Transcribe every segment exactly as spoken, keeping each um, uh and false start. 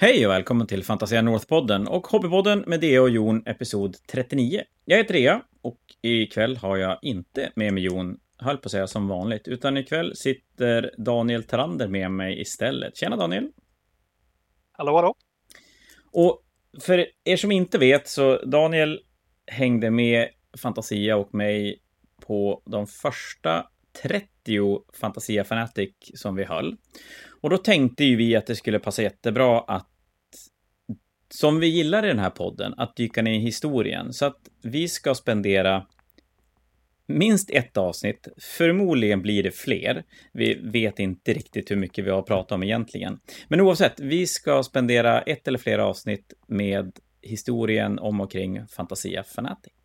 Hej och välkommen till Fantasia North-podden och Hobbypodden med Dea och Jon, episod trettionio. Jag heter Dea och ikväll har jag inte med mig Jon, höll på att säga som vanligt, utan ikväll sitter Daniel Terander med mig istället. Tjena Daniel! Hallå, hallå! Och för er som inte vet så Daniel hängde med Fantasia och mig på de första trettio Fantasia Fanatic som vi höll. Och då tänkte ju vi att det skulle passa jättebra att, som vi gillar i den här podden, att dyka ner i historien. Så att vi ska spendera minst ett avsnitt. Förmodligen blir det fler. Vi vet inte riktigt hur mycket vi har pratat om egentligen. Men oavsett, vi ska spendera ett eller flera avsnitt med historien om och kring Fantasia Fanatic.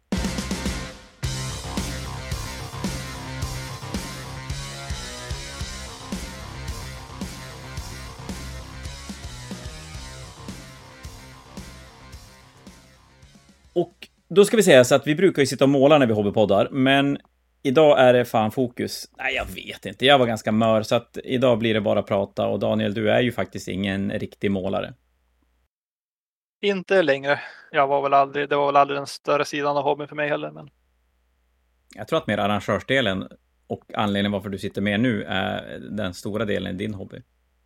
Och då ska vi säga så att vi brukar ju sitta och måla när vi hobbypoddar, men idag är det fan fokus. Nej, jag vet inte. Jag var ganska mör, så att idag blir det bara prata. Och Daniel, du är ju faktiskt ingen riktig målare. Inte längre. Jag var väl aldrig, det var väl aldrig den större sidan av hobbyn för mig heller. Men... Jag tror att mer arrangörsdelen och anledningen varför du sitter med nu är den stora delen i din hobby.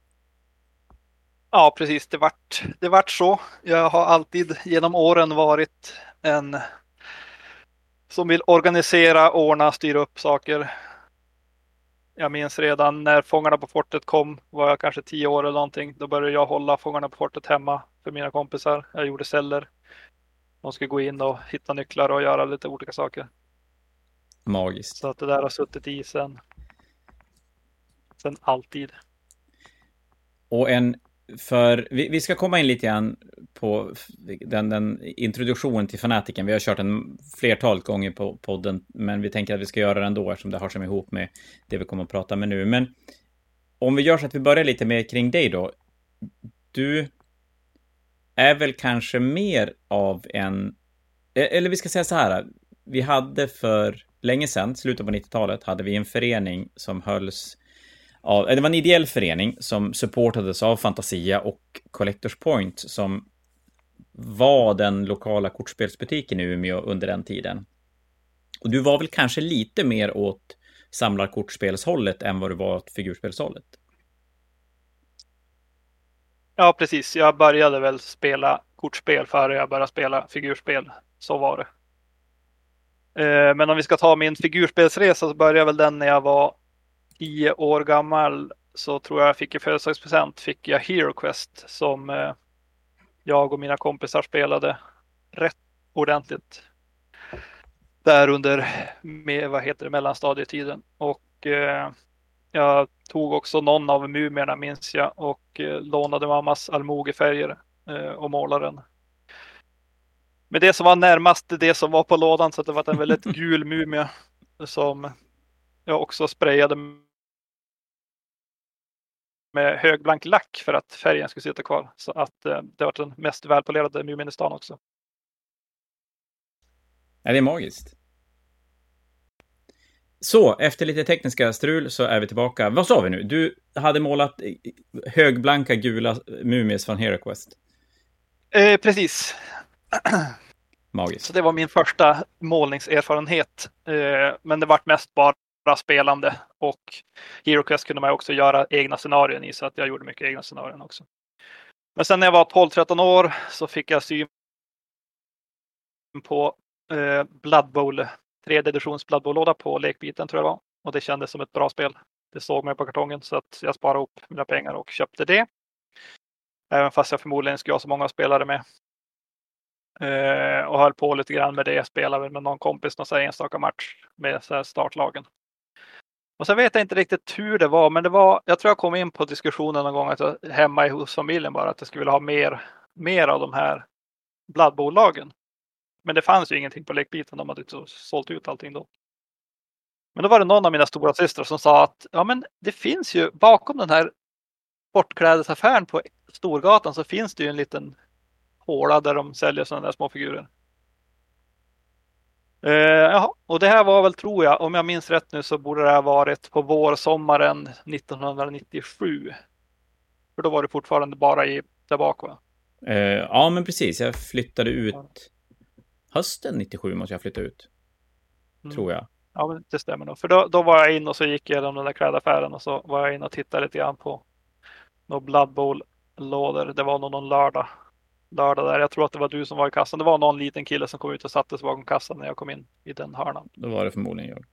Ja, precis. Det vart, det vart så. Jag har alltid genom åren varit en som vill organisera, ordna, styra upp saker. Jag minns redan när Fångarna på fortet kom, var jag kanske tio år eller någonting. Då började jag hålla Fångarna på fortet hemma för mina kompisar. Jag gjorde celler. De skulle gå in och hitta nycklar och göra lite olika saker. Magiskt. Så att det där har suttit i sen, sen alltid. Och en För vi, vi ska komma in lite grann på den, den introduktionen till Fanatiken. Vi har kört en flertal gånger på podden, men vi tänker att vi ska göra det ändå eftersom det har sig ihop med det vi kommer att prata med nu. Men om vi gör så att vi börjar lite mer kring dig då. Du är väl kanske mer av en... Eller vi ska säga så här. Vi hade för länge sedan, slutet på nittiotalet, hade vi en förening som hölls... Ja, det var en ideell förening som supportades av Fantasia och Collectors Point som var den lokala kortspelsbutiken i Umeå under den tiden. Och du var väl kanske lite mer åt samlarkortspelshållet än vad du var åt figurspelshållet? Ja, precis. Jag började väl spela kortspel före jag började spela figurspel. Så var det. Men om vi ska ta min figurspelsresa så började väl den när jag var tio år gammal, så tror jag fick i födelsedagspresent fick jag Hero Quest som eh, jag och mina kompisar spelade rätt ordentligt där under med, vad heter det, mellanstadietiden. Och eh, jag tog också någon av mumierna minns jag och eh, lånade mammas allmogefärger eh, och målaren. Men det som var närmast det som var på lådan, så att det var en väldigt gul mumie som jag också sprayade med högblank lack för att färgen skulle sitta kvar. Så att eh, det var den mest välpolerade mumien i stan också. Ja, det är magiskt. Så, efter lite tekniska strul så är vi tillbaka. Vad sa vi nu? Du hade målat högblanka gula mumies från Hero Quest. Eh, precis. Magiskt. Så det var min första målningserfarenhet. Eh, men det var mest bara spelande, och Hero Quest kunde man också göra egna scenarion i, så att jag gjorde mycket egna scenarion också. Men sen när jag var tolv tretton år så fick jag syn på eh, Blood Bowl, tredje editions Blood Bowl-låda på lekbiten tror jag det var, och det kändes som ett bra spel. Det såg mig på kartongen, så att jag sparade upp mina pengar och köpte det. Även fast jag förmodligen skulle ha så många spelare med. Eh, och höll på lite grann med det. Jag spelade med någon kompis någon enstaka match med så här startlagen. Och sen vet jag inte riktigt hur det var, men det var, jag tror jag kom in på diskussionen någon gång att jag, hemma hos familjen bara, att jag skulle vilja ha mer, mer av de här Blood Bowl-lagen. Men det fanns ju ingenting på lekbiten, de hade så sålt ut allting då. Men då var det någon av mina stora systrar som sa att ja, men det finns ju bakom den här sportklädesaffären på Storgatan, så finns det ju en liten håla där de säljer sådana där små figurer. Uh, jaha. Och det här var väl, tror jag, om jag minns rätt nu, så borde det ha varit på vårsommaren nittonhundranittiosju. För då var det fortfarande bara i där bak, va? Uh, ja, men precis. Jag flyttade ut ja. hösten nittiosju måste jag flytta ut. Mm. Tror jag. Ja, men det stämmer nog. För då, då var jag in och så gick jag genom den där klädaffären och så var jag in och tittade lite grann på några Blood Bowl-lådor. Det var nog någon lördag. Lördag där. Jag tror att det var du som var i kassan. Det var någon liten kille som kom ut och satte sig bakom kassan när jag kom in i den hörnan. Då var det förmodligen jag.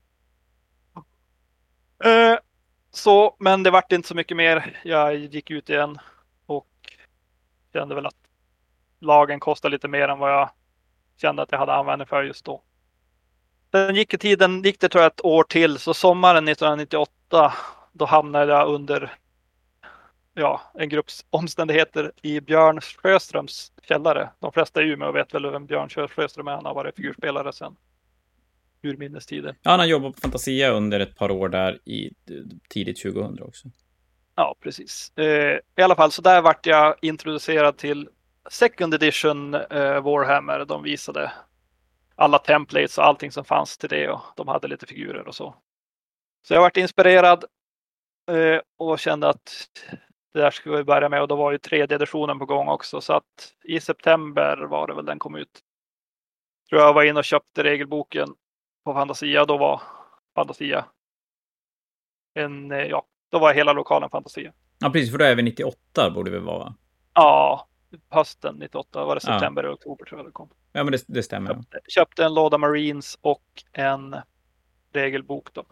Uh, så, men det vart inte så mycket mer. Jag gick ut igen och kände väl att lagen kostade lite mer än vad jag kände att jag hade användning för just då. Sen gick i tiden, gick det tror jag ett år till, så sommaren nittonhundranittioåtta då hamnade jag under ja, en grupps omständigheter i Björn Sjöströms källare. De flesta i Umeå vet väl vem Björn Sjöström är, han har varit figurspelare sen urminnestiden. Ja, han har jobbat på Fantasia under ett par år där i tidigt tjugohundra också. Ja, precis. Eh, I alla fall, så där vart jag introducerad till Second Edition eh, Warhammer. De visade alla templates och allting som fanns till det och de hade lite figurer och så. Så jag varit inspirerad eh, och kände att det där skulle vi börja med, och då var ju tredje editionen på gång också, så att i september var det väl den kom ut. Tror jag var inne och köpte regelboken på Fantasia, då var Fantasia en, ja, då var hela lokalen Fantasia. Ja, precis, för då är vi nittioåtta borde vi vara, va? Ja, hösten nittioåtta var det, september eller ja. oktober tror jag det kom. Ja, men det, det stämmer. Köpte, köpte en låda Marines och en regelbok då.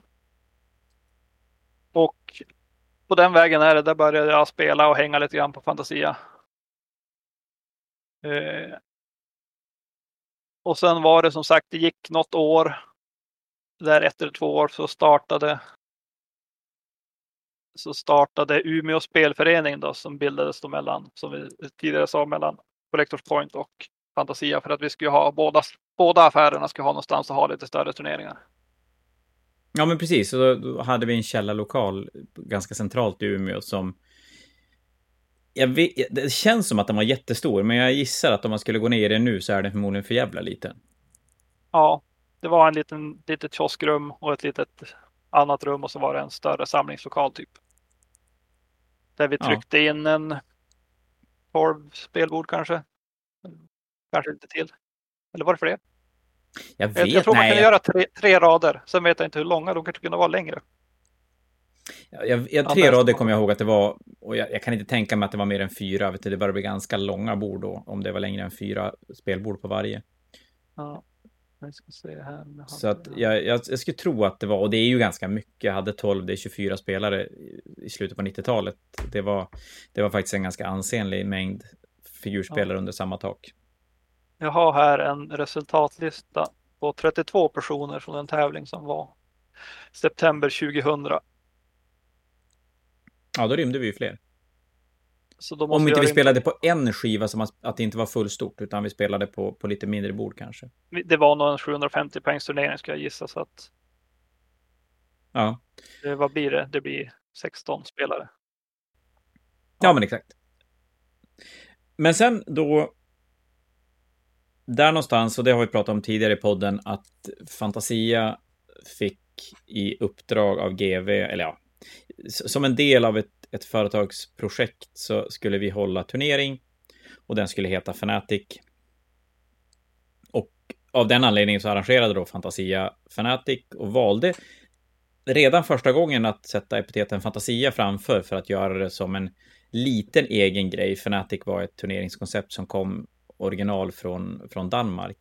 Och på den vägen är det, där började jag spela och hänga lite grann på Fantasia. Eh, och sen var det som sagt, det gick något år. Där efter två år så startade så startade Umeå spelförening då, som bildades då mellan, som vi tidigare sa, mellan Collectors Point och Fantasia, för att vi skulle ha båda, båda affärerna skulle ha någonstans att ha lite större turneringar. Ja, men precis. Så då hade vi en källarlokal ganska centralt i Umeå som jag vet, det känns som att den var jättestor, men jag gissar att om man skulle gå ner i det nu så är den förmodligen för jävla liten. Ja, det var en liten litet kioskrum och ett litet annat rum, och så var det en större samlingslokal typ. Där vi tryckte ja. in en tolv spelbord kanske. Kanske inte till. Eller var det för det? Jag, vet, jag, jag tror man nej, kan jag... göra tre, tre rader. Sen vet jag inte hur långa. De kanske kunde vara längre. Jag, jag, jag, tre rader kommer jag ihåg att det var. Och jag, jag kan inte tänka mig att det var mer än fyra. Vet du, det börjar bli ganska långa bord då. Om det var längre än fyra spelbord på varje. Ja. Jag ska se här. Så att jag, jag, jag skulle tro att det var. Och det är ju ganska mycket. Jag hade tolv, det är tjugofyra spelare i slutet på nittiotalet. Det var, det var faktiskt en ganska ansenlig mängd figurspelare ja. under samma tak. Jag har här en resultatlista på trettiotvå personer från en tävling som var september tjugohundra. Ja, då rymde vi ju fler. Så då Om inte vi spelade på en skiva som att det inte var fullstort, utan vi spelade på, på lite mindre bord kanske. Det var nog en sjuhundrafemtio poängs turnering ska jag gissa, så att ja. Det, vad blir det? Det blir sexton spelare. Ja, ja men exakt. Men sen då där någonstans, och det har vi pratat om tidigare i podden, att Fantasia fick i uppdrag av G V, eller ja, som en del av ett, ett företagsprojekt så skulle vi hålla turnering och den skulle heta Fanatic. Och av den anledningen så arrangerade då Fantasia Fanatic och valde redan första gången att sätta epiteten Fantasia framför för att göra det som en liten egen grej. Fanatic var ett turneringskoncept som kom original från, från Danmark.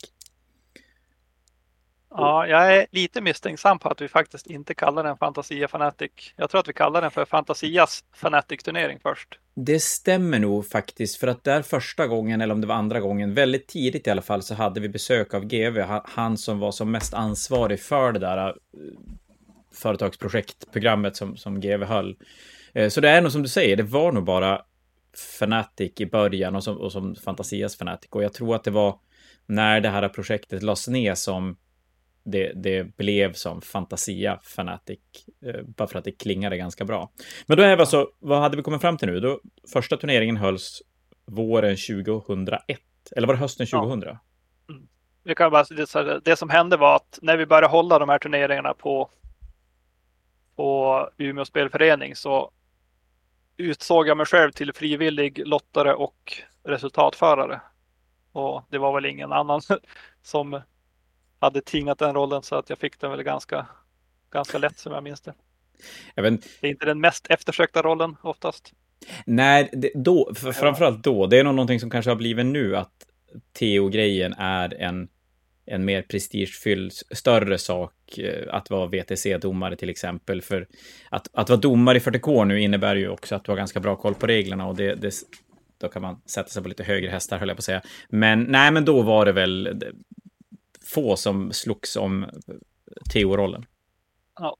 Ja, jag är lite misstänksam på att vi faktiskt inte kallar den Fantasia Fanatic. Jag tror att vi kallar den för Fantasias Fanatic-turnering först. Det stämmer nog faktiskt, för att där första gången, eller om det var andra gången, väldigt tidigt i alla fall, så hade vi besök av G V, han som var som mest ansvarig för det där företagsprojektprogrammet som, som G V höll. Så det är nog som du säger, det var nog bara Fanatic i början och som, och som Fantasias Fanatic. Och jag tror att det var när det här projektet lades ner som det, det blev som Fantasia Fanatic. Eh, bara för att det klingade ganska bra. Men då är vi alltså, vad hade vi kommit fram till nu? Då, första turneringen hölls våren tjugohundraett. Eller var det hösten tjugohundra? Ja. Mm. Vi kan bara, det, det som hände var att när vi började hålla de här turneringarna på, på Umeå spelförening så utsåg jag mig själv till frivillig lottare och resultatförare. Och det var väl ingen annan som hade tingat den rollen, så att jag fick den väl ganska, ganska lätt som jag minns det. Jag vet, Det är inte den mest eftersökta rollen oftast. nej, det, då, för, framförallt då, det är nog någonting som kanske har blivit nu, att T O-grejen är en, en mer prestigefylld, större sak, att vara V T C-domare till exempel. För att, att vara domare i fyrtio K nu innebär ju också att du har ganska bra koll på reglerna, och det, det, då kan man sätta sig på lite högre hästar, höll jag på att säga. Men nej, men då var det väl få som slogs om T O-rollen. Ja.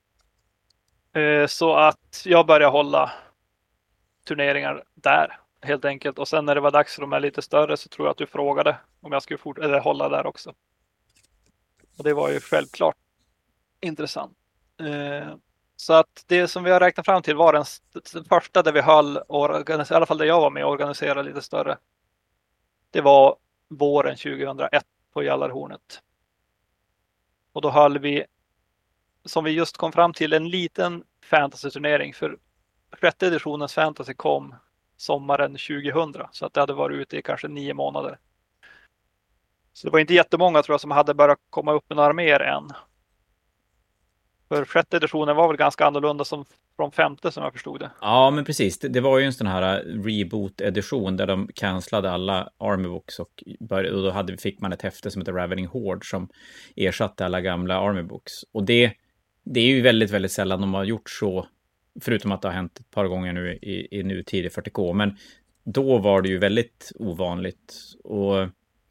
Så att jag började hålla turneringar där helt enkelt. Och sen när det var dags för de här lite större så tror jag att du frågade om jag skulle fort- eller hålla där också. Och det var ju självklart intressant. Så att det som vi har räknat fram till var den, den första där vi höll, organis- i alla fall där jag var med och organiserade lite större. Det var våren tjugohundraett på Jallarhornet. Och då höll vi, som vi just kom fram till, en liten fantasy-turnering. För sjätte editionens fantasy kom sommaren tjugohundra. Så att det hade varit ute i kanske nio månader. Så det var inte jättemånga tror jag som hade börjat komma upp med några mer än. För sjätte editionen var väl ganska annorlunda som från femte som jag förstod det. Ja, men precis. Det, det var ju en sån här reboot-edition där de cancellade alla Army Books, och, började, och då hade, fick man ett häfte som heter Ravening Horde som ersatte alla gamla Army Books. Och det, det är ju väldigt, väldigt sällan de har gjort så, förutom att det har hänt ett par gånger nu i, i nutid i fyrtio K. Men då var det ju väldigt ovanligt. Och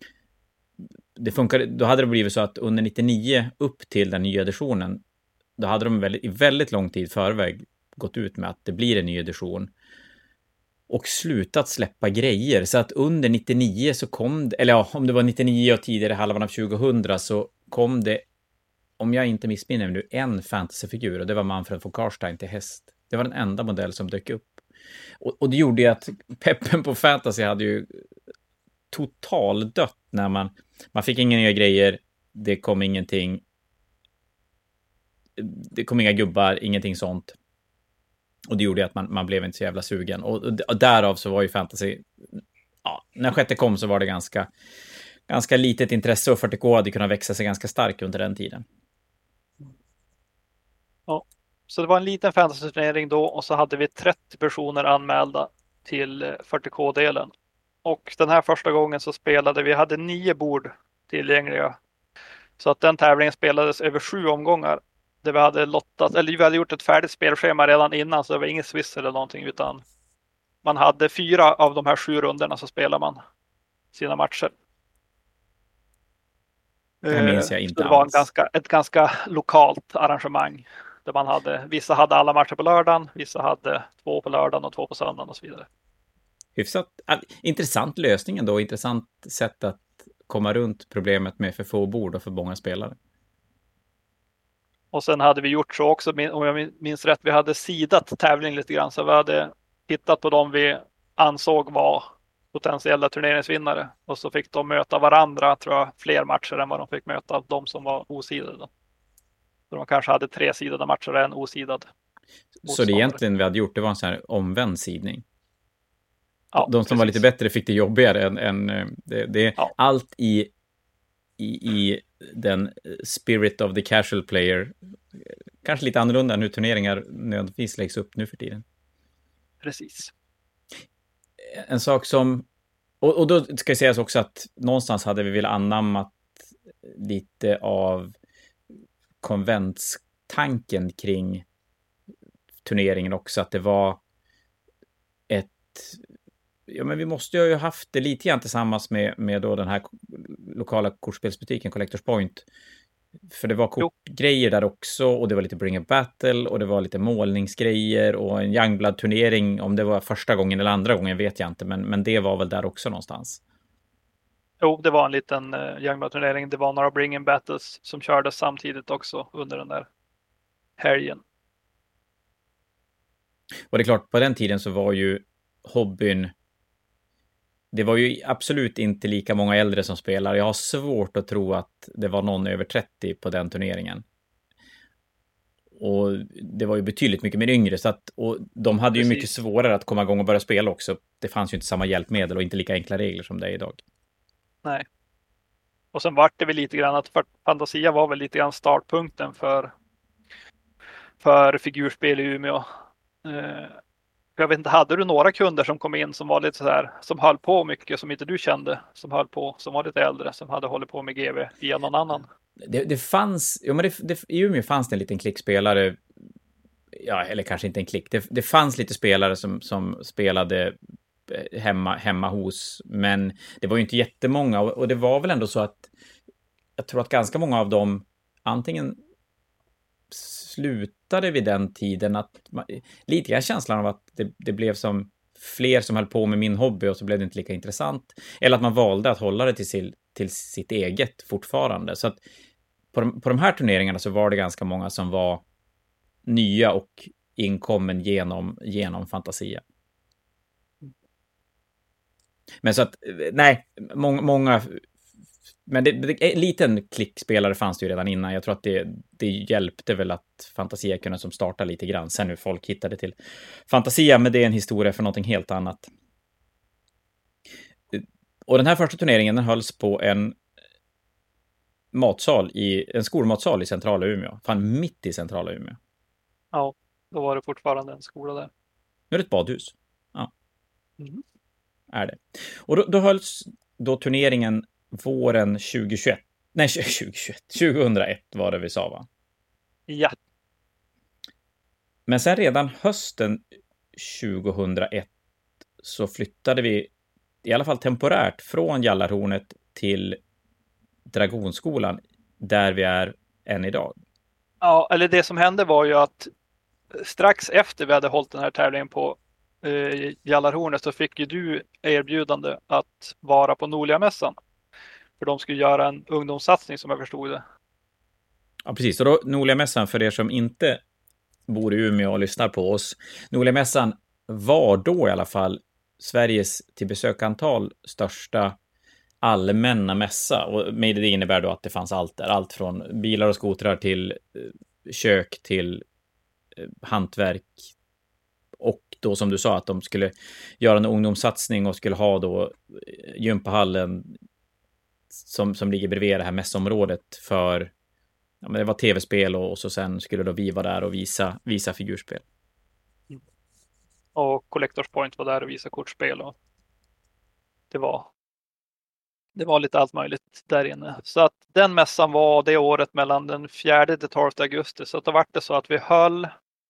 det funkade, då hade det blivit så att under nittionio upp till den nya editionen, då hade de väldigt, i väldigt lång tid förväg gått ut med att det blir en ny edition och slutat släppa grejer. Så att under nittionio så kom det, eller ja, om det var nittionio och tidigare halvan av tjugohundra, så kom det, om jag inte missminner mig nu, en fantasyfigur, och det var Manfred von Karstein till häst. Det var den enda modell som dök upp. Och, och det gjorde ju att peppen på fantasy hade ju total dött när man, man fick inga nya grejer, det kom ingenting, det kom inga gubbar, ingenting sånt. Och det gjorde att man, man blev inte så jävla sugen. Och, och därav så var ju fantasy, ja, när sjätte kom så var det ganska, ganska litet intresse, och fyrtio K hade kunnat växa sig ganska stark under den tiden. Ja, så det var en liten fantasy-turnering då, och så hade vi trettio personer anmälda till fyrtio K-delen. Och den här första gången så spelade vi, hade nio bord tillgängliga. Så att den tävlingen spelades över sju omgångar. Där vi hade lottat, eller vi hade gjort ett färdigt spelschema redan innan, så det var ingen swiss eller någonting, utan man hade fyra av de här sju rundorna så spelar man sina matcher. Det minns jag inte det var en alls. ganska, ett ganska lokalt arrangemang. Där man hade, vissa hade alla matcher på lördagen, vissa hade två på lördagen och två på söndagen och så vidare. Hyfsat, äh, intressant lösning ändå, intressant sätt att komma runt problemet med för få bord och för många spelare. Och sen hade vi gjort så också, om jag minns rätt, vi hade sidat tävling lite grann. Så vi hade tittat på dem vi ansåg var potentiella turneringsvinnare. Och så fick de möta varandra, tror jag, fler matcher än vad de fick möta de som var osidade. Så de kanske hade tre sidade matcher och en osidad. Så det egentligen vi hade gjort, det var en sån här omvänd sidning. Ja, de som precis. var lite bättre fick det jobbigare än, än det, det ja. Allt i, i, i den spirit of the casual player, kanske lite annorlunda än hur turneringar nödvändigtvis läggs upp nu för tiden. Precis. En sak som, och, och då ska jag säga också att någonstans hade vi velat anamma lite av konventstanken kring turneringen också, att det var ett, ja men vi måste ju ha haft det lite grann tillsammans med, med då den här lokala kortspelsbutiken Collectors Point, för det var kortgrejer där också, och det var lite Bring a Battle, och det var lite målningsgrejer och en Youngblood-turnering, om det var första gången eller andra gången vet jag inte, men, men det var väl där också någonstans. Jo, det var en liten uh, Youngblood-turnering, det var några Bring a Battles som kördes samtidigt också under den där helgen. Och det är klart, på den tiden så var ju hobbyn, det var ju absolut inte lika många äldre som spelar. Jag har svårt att tro att det var någon över trettio på den turneringen. och det var ju betydligt mycket mer yngre. Så att, och de hade ju Precis. mycket svårare att komma igång och börja spela också. Det fanns ju inte samma hjälpmedel och inte lika enkla regler som det är idag. Nej. Och sen var det väl lite grann att Fantasia var väl lite grann startpunkten för, för figurspel i Umeå. Eh, jag vet inte, hade du några kunder som kom in som var lite så här, som höll på mycket som inte du kände, som höll på, som var lite äldre, som hade hållit på med G V via någon annan? Det, det fanns, jo men det, det, i Umeå fanns det en liten klickspelare, ja, eller kanske inte en klick, det, det fanns lite spelare som, som spelade hemma, hemma hos, men det var ju inte jättemånga, och, och det var väl ändå så att jag tror att ganska många av dem antingen slutade vid den tiden, att man, lite grann känslan av att det, det blev som fler som höll på med min hobby och så blev det inte lika intressant, eller att man valde att hålla det till, sin, till sitt eget fortfarande. Så att på de, på de här turneringarna så var det ganska många som var nya och inkommen genom, genom Fantasia. Men så att, nej, må, många, men det, det, en liten klickspelare fanns det ju redan innan. Jag tror att det, det hjälpte väl att Fantasia kunde som starta lite grann. Sen hur folk hittade till Fantasia, men det är en historia för någonting helt annat. Och den här första turneringen, den hölls på en matsal i, en skolmatsal i centrala Umeå. Fan, mitt i centrala Umeå. Ja, då var det fortfarande en skola där. Nu är det ett badhus. Ja. Mm. Är det. Och då, då hölls då turneringen våren tjugohundratjugoett. Nej, tjugohundratjugoett. tjugohundraett var det vi sa, va? Ja. Men sen redan hösten tjugohundraett så flyttade vi i alla fall temporärt från Jallarhornet till Dragonskolan, där vi är än idag. Ja, eller det som hände var ju att strax efter vi hade hållit den här tävlingen på eh, Jallarhornet så fick ju du erbjudande att vara på Norlia-mässan. För de skulle göra en ungdomssatsning som jag förstod det. Ja, precis. Och då Norlia-mässan, för er som inte bor i Umeå och lyssnar på oss. Norlia-mässan var då i alla fall Sveriges till besökantal största allmänna mässa. Och med det innebär då att det fanns allt där. Allt från bilar och skotrar till eh, kök till eh, hantverk. Och då som du sa att de skulle göra en ungdomssatsning och skulle ha då eh, gympahallen som, som ligger bredvid det här mässområdet för, ja, men det var tv-spel och, och så sen skulle då vi vara där och visa, visa figurspel. Mm. Och Collectors Point var där och visade kortspel och det var det var lite allt möjligt där inne. Så att den mässan var det året mellan den fjärde till tolfte augusti. Så att då var det så att vi höll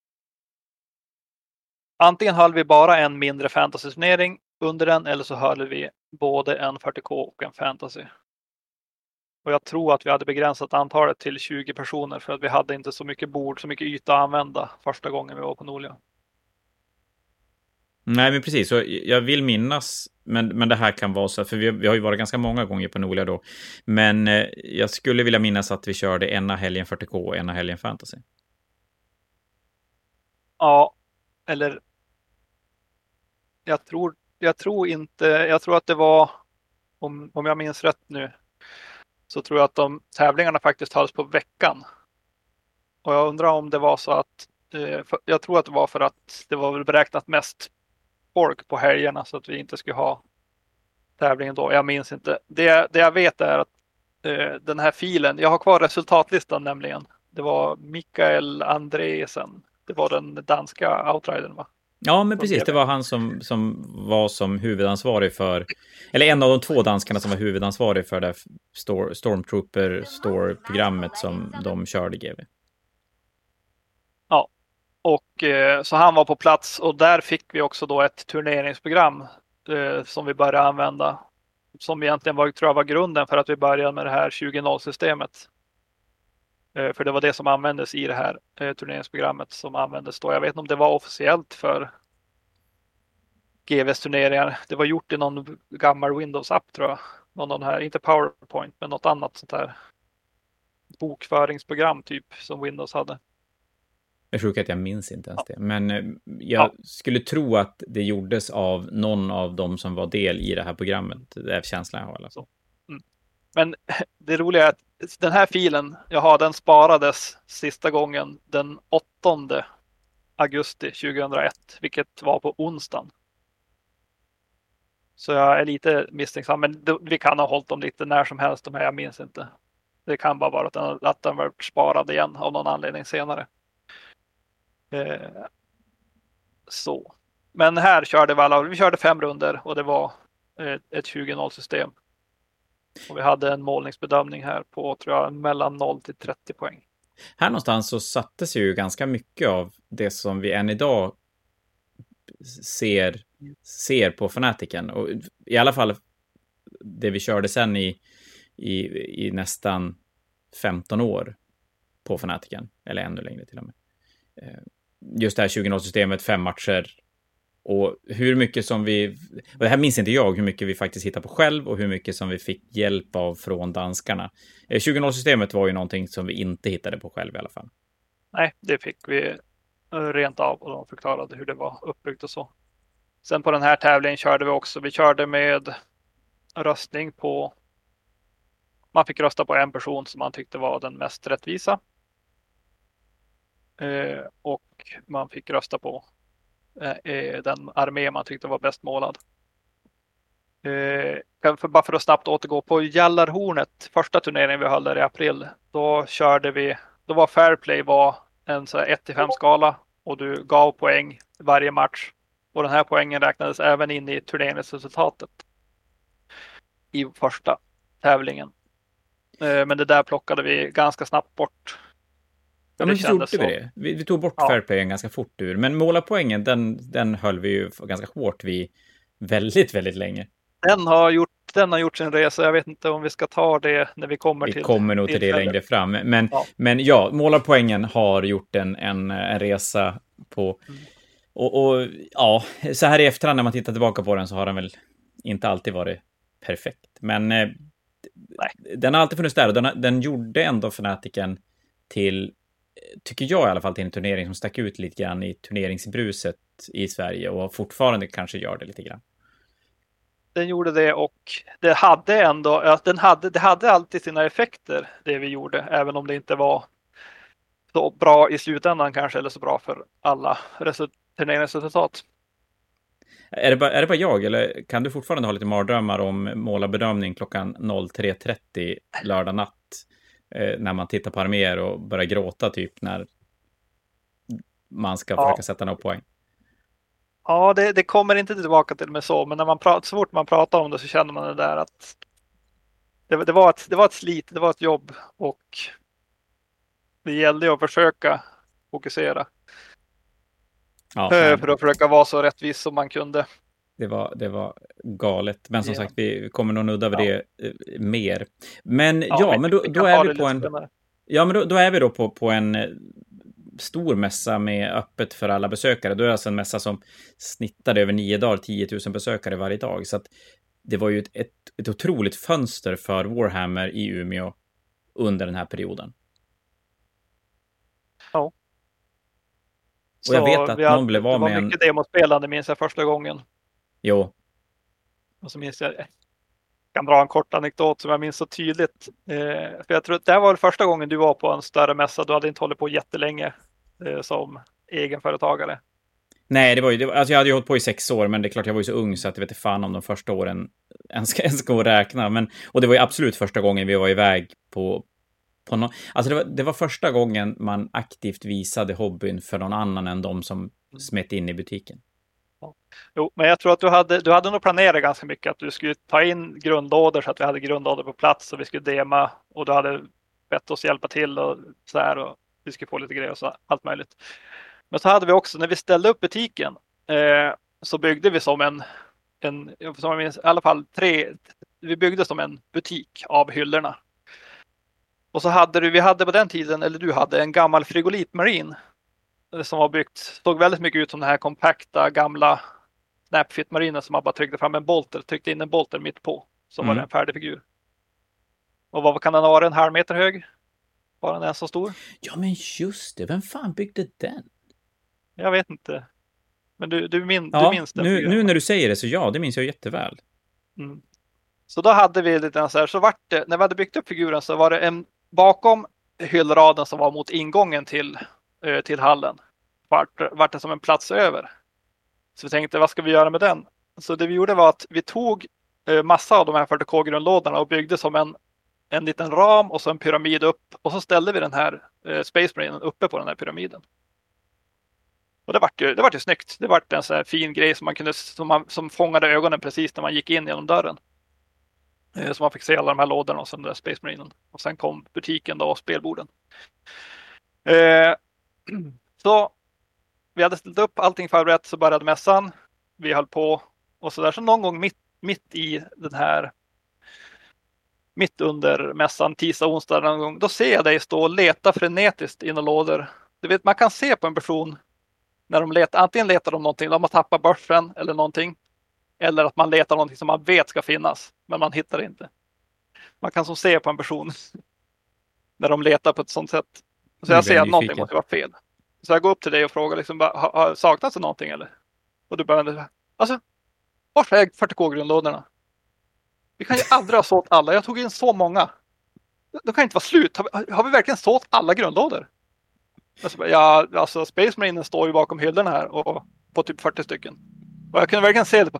antingen höll vi bara en mindre fantasy-turnering under den, eller så höll vi både en fyrtio K och en fantasy. Och jag tror att vi hade begränsat antalet till tjugo personer för att vi hade inte så mycket bord, så mycket yta att använda första gången vi var på Norlia. Nej, men precis. Så jag vill minnas, men, men det här kan vara så, för vi, vi har ju varit ganska många gånger på Norlia då. Men eh, jag skulle vilja minnas att vi körde ena helgen fyrtio K och ena helgen fantasy. Ja, eller jag tror, jag tror inte, jag tror att det var, om, om jag minns rätt nu, så tror jag att de tävlingarna faktiskt hölls på veckan. Och jag undrar om det var så att, eh, för, jag tror att det var för att det var väl beräknat mest folk på helgerna så att vi inte skulle ha tävlingen då. Jag minns inte. Det, det jag vet är att eh, den här filen, jag har kvar resultatlistan nämligen. Det var Mikael Andresen. Det var den danska outridern, va? Ja, men precis. Det var han som, som var som huvudansvarig för, eller en av de två danskarna som var huvudansvarig för det Stor, Stormtrooper Store-programmet som de körde G V. Ja, och eh, så han var på plats och där fick vi också då ett turneringsprogram eh, som vi började använda. Som egentligen var, tror jag var grunden för att vi började med det här tjugo noll-systemet. Eh, för det var det som användes i det här eh, turneringsprogrammet som användes då. Jag vet inte om det var officiellt för G Vs turneringar. Det var gjort i någon gammal Windows-app tror jag. Någon av de här, inte PowerPoint, men något annat sånt här bokföringsprogram typ som Windows hade. Jag tror att jag minns inte ens Ja. det. Men eh, jag Ja. skulle tro att det gjordes av någon av dem som var del i det här programmet. Det är känslan jag har. Alltså. Mm. Men det roliga är att den här filen, jag har den sparades sista gången den åttonde augusti tjugohundraett, vilket var på onsdagen. Så jag är lite misstänksam, men vi kan ha hållit dem lite när som helst, de här, jag minns inte. Det kan bara vara att den, att den var sparad igen av någon anledning senare. Eh, så. Men här körde vi alla, vi körde fem runder och det var eh, ett tjugo noll system. Och vi hade en målningsbedömning här på, tror jag, mellan noll till trettio poäng. Här någonstans så sattes ju ganska mycket av det som vi än idag ser, ser på Fanatiken. Och i alla fall det vi körde sen i, i, i nästan femton år på Fanatiken. Eller ännu längre till och med. Just det här tjugo noll-systemet, fem matcher. Och hur mycket som vi... Och det här minns inte jag, hur mycket vi faktiskt hittade på själv och hur mycket som vi fick hjälp av från danskarna. tjugo noll-systemet var ju någonting som vi inte hittade på själv i alla fall. Nej, det fick vi rent av och de förklarade hur det var uppbyggt och så. Sen på den här tävlingen körde vi också, vi körde med röstning på... Man fick rösta på en person som man tyckte var den mest rättvisa. Eh, och man fick rösta på eh, den armé man tyckte var bäst målad. Eh, för, bara för att snabbt återgå på Jallarhornet, första turneringen vi höll där i april, då körde vi, då var Fairplay var en så här ett till fem skala och du gav poäng varje match. Och den här poängen räknades även in i turneringsresultatet i första tävlingen. Eh, men det där plockade vi ganska snabbt bort. Ja, men vi gjorde vi det. Vi, vi tog bort ja. Fairplayen ganska fort ur. Men målarpoängen, den, den höll vi ju ganska hårt vid väldigt, väldigt länge. Den har gjort, den har gjort sin resa. Jag vet inte om vi ska ta det när vi kommer vi till... Vi kommer nog till det längre fram. Men ja, men ja målarpoängen har gjort en, en, en resa på... Mm. Och, och ja, så här i efterhand när man tittar tillbaka på den så har den väl inte alltid varit perfekt. Men eh, den har alltid funnits där. Och den, den gjorde ändå Fanatiken till... tycker jag i alla fall till en turnering som stack ut lite grann i turneringsbruset i Sverige och fortfarande kanske gör det lite grann. Den gjorde det och det hade ändå, ja, den hade, det hade alltid sina effekter det vi gjorde, även om det inte var så bra i slutändan kanske, eller så bra för alla turneringsresultat. Är det, bara, är det bara jag, eller kan du fortfarande ha lite mardrömmar om målarbedömning klockan tre trettio lördag natt? När man tittar på arméer och börjar gråta typ när man ska ja. försöka sätta några poäng. Ja, det, det kommer inte tillbaka till mig så, men när man pratar, så fort man pratar om det så känner man det där att det, det, var ett, det var ett slit, det var ett jobb och det gällde att försöka fokusera ja, för att försöka vara så rättvis som man kunde. Det var, det var galet. Men som ja. sagt, vi kommer nog nudda över ja. det eh, mer. Men ja, ja men då, då är vi på en... Spännande. Ja, men då, då är vi då på, på en stor mässa med öppet för alla besökare. Då är det alltså en mässa som snittade över nio dagar, tio tusen besökare varje dag. Så att det var ju ett, ett, ett otroligt fönster för Warhammer i Umeå under den här perioden. Ja. Och jag vet att någon hade, blev av med en... Det var mycket demospelande, minns jag första gången. Jo. Och så minns jag, jag kan dra en kort anekdot som jag minns så tydligt. Eh, för jag tror att det här var första gången du var på en större mässa. Du hade inte hållit på jättelänge eh, som egenföretagare. Nej, det var ju, det var, alltså jag hade ju hållit på i sex år, men det är klart jag var ju så ung så att jag vet inte fan om de första åren ens ska, ens ska räkna. Men, och det var ju absolut första gången vi var iväg på, på no, alltså det var, det var första gången man aktivt visade hobbyn för någon annan än de som smet in i butiken. Jo, men jag tror att du hade, du hade nog planerat ganska mycket att du skulle ta in grundlådor så att vi hade grundlådor på plats och vi skulle dema och du hade bett oss hjälpa till och så här och vi skulle få lite grejer och så, allt möjligt. Men så hade vi också, när vi ställde upp butiken eh, så byggde vi som en, en som jag minns, i alla fall tre, vi byggde som en butik av hyllorna. Och så hade du, vi hade på den tiden, eller du hade en gammal Frigolite Marine som var byggt, såg väldigt mycket ut som den här kompakta gamla Snapfit-marinen som man bara tryckte fram en bolter, tryckte in en bolter mitt på, som mm. var en färdig figur. Och vad kan den vara, en halv meter hög? Var den så stor? Ja, men just det, vem fan byggde den? Jag vet inte. Men du, du, min, ja, du minns den. Nu, nu när du säger det så ja, det minns jag jätteväl. Mm. Så då hade vi lite så här, så vart det, när vi hade byggt upp figuren så var det en bakom hyllraden som var mot ingången till, eh, till hallen. Vart, vart det som en plats över. Så vi tänkte, vad ska vi göra med den? Så det vi gjorde var att vi tog eh, massa av de här fyrtio K-grundlådorna och byggde som en, en liten ram och så en pyramid upp. Och så ställde vi den här eh, Space Marine uppe på den här pyramiden. Och det vart ju, det vart ju snyggt. Det vart en sån här fin grej som man kunde, som, man, som fångade ögonen precis när man gick in genom dörren. Eh, så man fick se alla de här lådorna och sen den där Space Marinen. Och sen kom butiken då och spelborden. Eh, så vi hade ställt upp allting förberett, så började mässan. Vi höll på och så där. Så någon gång mitt, mitt i den här, mitt under mässan, tisdag, onsdag någon gång, då ser jag dig stå och leta frenetiskt i några lådor. Du vet, man kan se på en person när de letar, antingen letar de någonting, de har tappat börsen eller någonting. Eller att man letar någonting som man vet ska finnas, men man hittar det inte. Man kan som se på en person när de letar på ett sånt sätt. Så jag ser att någonting måste vara fel. Så jag går upp till dig och frågar, liksom, har, har saknats det någonting eller? Och du börjar, alltså, var är fyrtio K-grundlådorna? Vi kan ju aldrig ha sålt alla, jag tog in så många. Det kan inte vara slut, har vi, har vi verkligen sålt alla grundlådor? Alltså, ja, alltså Space Marine står ju bakom hyllorna här och på typ fyrtio stycken. Och jag kunde verkligen se det på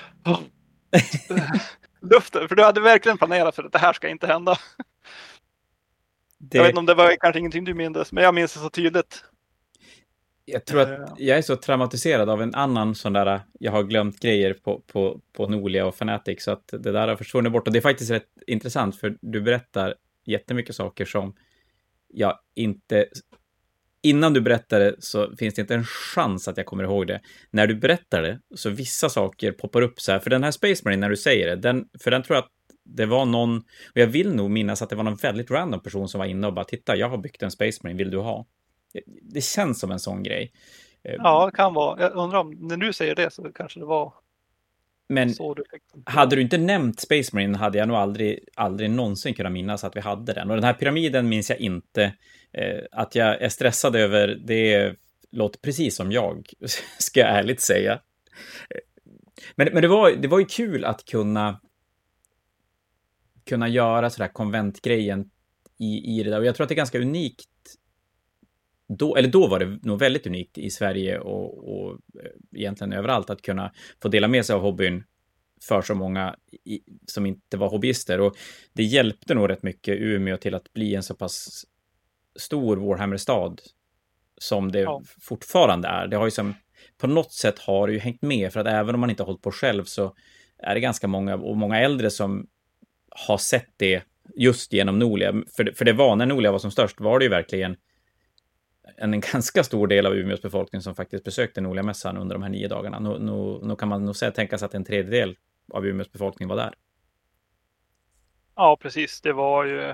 luften, för du hade verkligen planerat för att det här ska inte hända. Det... Jag vet inte om det var kanske ingenting du minns, men jag minns det så tydligt. Jag tror att jag är så traumatiserad av en annan sån där, jag har glömt grejer på, på, på Nolia och Fnatic, så att det där har försvunnit bort. Och det är faktiskt rätt intressant, för du berättar jättemycket saker som jag inte... Innan du berättar det så finns det inte en chans att jag kommer ihåg det. När du berättar det så vissa saker poppar upp så här. För den här Space Marine, när du säger det, den, för den tror jag att det var någon, och jag vill nog minnas att det var någon väldigt random person som var inne och bara, titta, jag har byggt en Space Marine, vill du ha? Det känns som en sån grej. Ja, det kan vara. Jag undrar om, när du säger det så kanske det var. Men hade du inte nämnt Space Marine hade jag nog aldrig, aldrig någonsin kunnat minnas att vi hade den. Och den här pyramiden minns jag inte. Eh, att jag är stressad över det låter precis som jag, ska jag ärligt säga. Men, men det, var, det var ju kul att kunna kunna göra sådär konventgrejen i, i det där. Och jag tror att det är ganska unikt. Då, eller då var det nog väldigt unikt i Sverige och, och egentligen överallt att kunna få dela med sig av hobbyn för så många i, som inte var hobbyister. Och det hjälpte nog rätt mycket Umeå till att bli en så pass stor Warhammer-stad som det ja. fortfarande är. Det har ju som, på något sätt har det ju hängt med, för att även om man inte har hållit på själv så är det ganska många, och många äldre som har sett det just genom Nolia. För, för det var, när Nolia var som störst var det ju verkligen en, en ganska stor del av Umeås befolkning som faktiskt besökte Nolia-mässan under de här nio dagarna. Nu, nu, nu kan man nog säga, tänka sig att en tredjedel av Umeås befolkning var där. Ja, precis. Det var ju...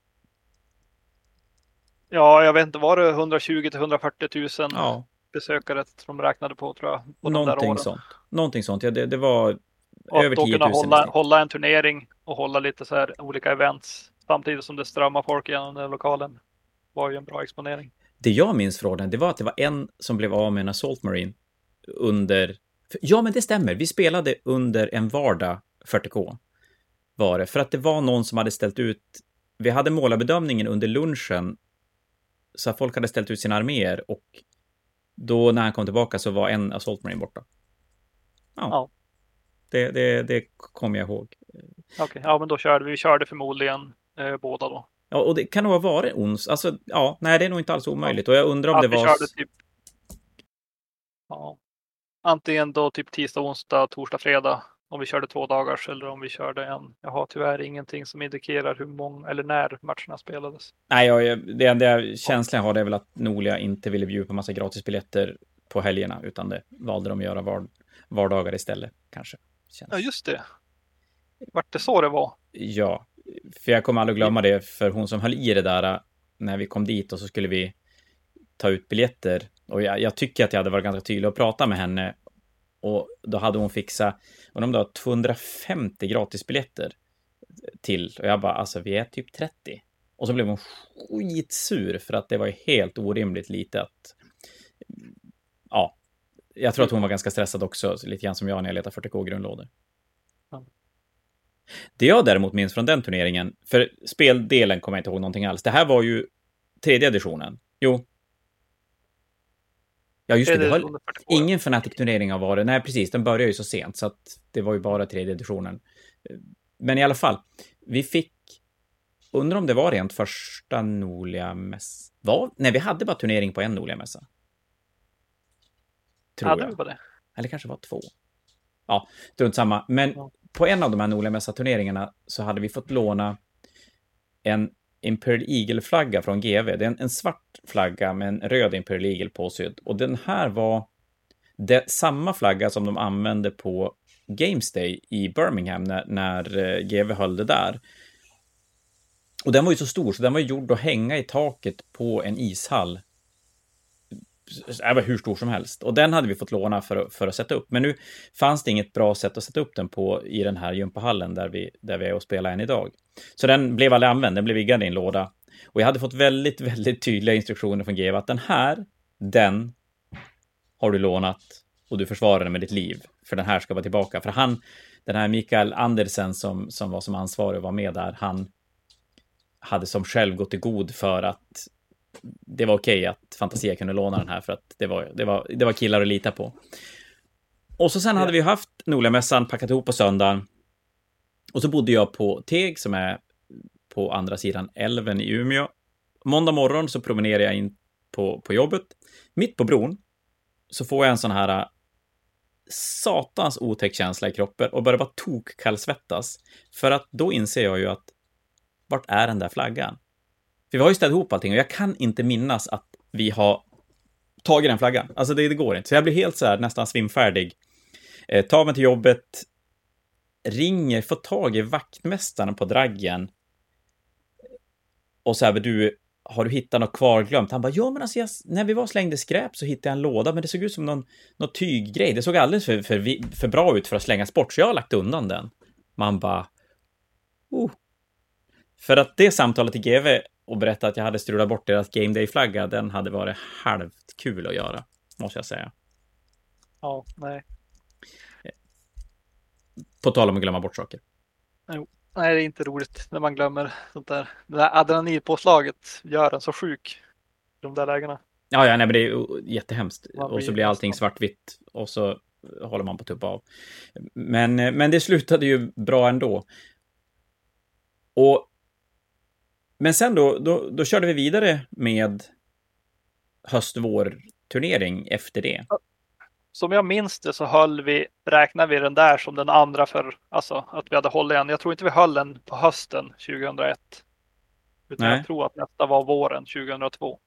Ja, jag vet inte, var det hundratjugo till hundrafyrtio tusen ja. besökare som de räknade på, tror jag. På Någonting sånt. Någonting sånt. Ja, det, det var och över tio tusen. Och då kunna hålla, hålla en turnering och hålla lite så här olika events samtidigt som det strömmar folk genom den lokalen. Var ju en bra exponering. Det jag minns från den, det var att det var en som blev av med en Assault Marine under... Ja, men det stämmer. Vi spelade under en vardag fyrtio K. Var det. För att det var någon som hade ställt ut... Vi hade målarbedömningen under lunchen. Så att folk hade ställt ut sina arméer. Och då när han kom tillbaka så var en Assault Marine borta. Ja. ja. Det, det, det kom jag ihåg. Okej, okay. Ja, men då körde vi. Vi körde förmodligen eh, båda då. Ja, och det kan nog ha varit ons. Alltså, ja, nej, det är nog inte alls omöjligt. Och jag undrar om ja, det var... Körde typ... Ja. Antingen då typ tisdag, onsdag, torsdag, fredag. Om vi körde två dagars eller om vi körde en. Jag har tyvärr ingenting som indikerar hur många eller när matcherna spelades. Nej, jag, det enda känslan jag har det är väl att Nolia inte ville bjuda på massa gratisbiljetter på helgerna. Utan det valde de att göra var, vardagar istället, kanske. Känns. Ja, just det. Vart det så det var? Ja, för jag kommer aldrig glömma det, för hon som höll i det där när vi kom dit och så skulle vi ta ut biljetter. Och jag, jag tycker att jag hade varit ganska tydlig och prata med henne. Och då hade hon fixat, och de då tvåhundrafemtio gratisbiljetter till. Och jag bara, alltså vi är typ trettio. Och så blev hon skitsur för att det var helt orimligt lite att... Ja, jag tror att hon var ganska stressad också, lite grann som jag när jag letar fyrtio K-grundlådor. Ja. Det jag däremot minns från den turneringen, för speldelen kommer jag inte ihåg någonting alls. Det här var ju tredje editionen. Jo. Ja, just det. det har, ingen Fnatic-turnering har varit. Nej, precis. Den började ju så sent, så att det var ju bara tredje editionen. Men i alla fall, vi fick... Undrar om det var rent första nordliga mässa. Var? Nej, vi hade bara turnering på en nordliga mässa. Tror hade jag. Vi på det? Eller kanske var två. Ja, strunt samma. Men ja. På en av de här nordliga mässa-turneringarna så hade vi fått låna en Imperial Eagle-flagga från G V. Det är en, en svart flagga med en röd Imperial Eagle påsydd. Och den här var det, samma flagga som de använde på Games Day i Birmingham när, när G V höll det där. Och den var ju så stor så den var gjord att hänga i taket på en ishall. Det var hur stor som helst. Och den hade vi fått låna för, för att sätta upp. Men nu fanns det inget bra sätt att sätta upp den på i den här gympahallen där vi, där vi är och spelar än idag. Så den blev aldrig använd. Den blev liggande i en låda. Och jag hade fått väldigt, väldigt tydliga instruktioner från G V att den här, den har du lånat och du försvarar den med ditt liv. För den här ska vara tillbaka. För han, den här Mikael Andersen som, som var som ansvarig och var med där, han hade som själv gått i god för att det var okej att Fantasia kunde låna den här för att det var, det var, det var killar att lita på. Och så sen hade vi haft Nordliga mässan packat ihop på söndagen. Och så bodde jag på Teg som är på andra sidan älven i Umeå. Måndag morgon så promenerar jag in på, på jobbet. Mitt på bron så får jag en sån här satans otäck känsla i kroppen och börjar bara tok kallsvettas. För att då inser jag ju att vart är den där flaggan? För vi har ju ställt ihop allting och jag kan inte minnas att vi har tagit den flaggan. Alltså det, det går inte. Så jag blir helt så här nästan svimfärdig. Eh, tar mig till jobbet, ringer, får tag i vaktmästaren på Draggen. Och så här, du, har du hittat något kvarglömt? Han bara, ja men alltså jag, när vi var slängde skräp så hittade jag en låda, men det såg ut som någon, någon tyggrej. Det såg alldeles för, för, för bra ut för att slängas bort, så jag har lagt undan den. Man bara, oh. För att det samtalet i G V och berätta att jag hade strulat bort deras Game Day-flagga, den hade varit halvt kul att göra, måste jag säga. Ja, nej. På tal om att glömma bort saker. Jo, nej, det är inte roligt när man glömmer sånt där. Det där adrenalinpåslaget gör en så sjuk i de där lägena. Ja, ja, nej, men det är jättehemskt. Och så blir allting svartvitt och så håller man på att tuppa av. Men, men det slutade ju bra ändå. Och men sen då, då, då körde vi vidare med höst-vår-turnering efter det. Som jag minns det så höll vi, räknar vi den där som den andra för, alltså att vi hade hållit en. Jag tror inte vi höll den på hösten tjugohundraett. Utan Nej. Jag tror att nästa var våren tjugohundratvå.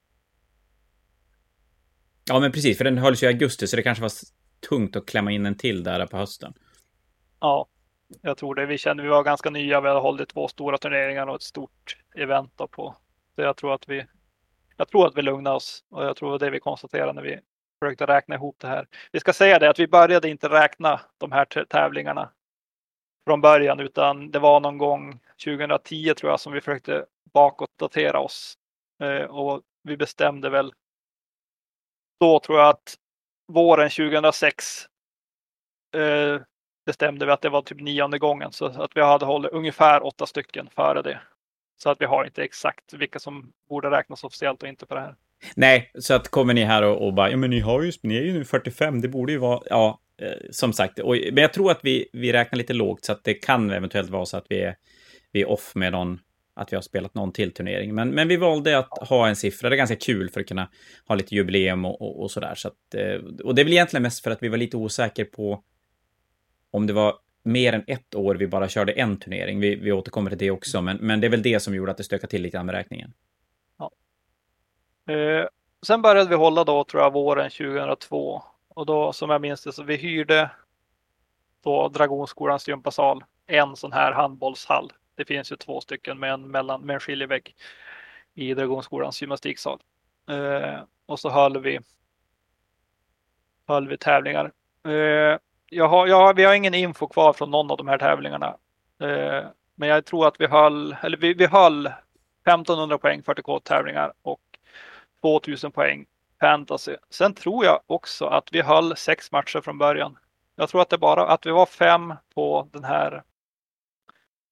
Ja, men precis, för den hölls ju i augusti så det kanske var tungt att klämma in en till där på hösten. Ja. Jag tror det. Vi kände vi var ganska nya. Vi hade hållit två stora turneringar och ett stort event på. Så jag tror att vi jag tror att vi lugnade oss. Och jag tror det var det vi konstaterade när vi försökte räkna ihop det här. Vi ska säga det att vi började inte räkna de här tävlingarna från början. Utan det var någon gång tjugohundratio tror jag som vi försökte bakåtdatera oss. Och vi bestämde väl då tror jag att våren tjugohundrasex eh, bestämde vi att det var typ nionde gången. Så att vi hade hållit ungefär åtta stycken före det. Så att vi har inte exakt vilka som borde räknas officiellt och inte på det här. Nej, så att kommer ni här och, och bara, ja men ni har ju, ni är ju nu fyrtiofem, det borde ju vara, ja, eh, som sagt. Och, men jag tror att vi, vi räknar lite lågt så att det kan eventuellt vara så att vi är, vi är off med någon, att vi har spelat någon till turnering. Men, men vi valde att ha en siffra, det är ganska kul för att kunna ha lite jubileum och, och, och sådär. Så att, eh, och det är väl egentligen mest för att vi var lite osäker på om det var mer än ett år vi bara körde en turnering. Vi, vi återkommer till det också, men, men det är väl det som gjorde att det stökade till lite grann med räkningen. Ja. Eh, sen började vi hålla då, tror jag, våren tjugohundratvå. Och då, som jag minns det, så vi hyrde då Dragonskolans gympasal, en sån här handbollshall. Det finns ju två stycken med en, mellan, med en skiljevägg i Dragonskolans gymnastiksal. Eh, och så höll vi, höll vi tävlingar. Eh, Jag har, jag har, vi har ingen info kvar från någon av de här tävlingarna. Eh, men jag tror att vi höll, eller vi, vi höll femtonhundra poäng fyrtio K-tävlingar och tvåtusen poäng fantasy. Sen tror jag också att vi höll sex matcher från början. Jag tror att det bara att vi var fem på den här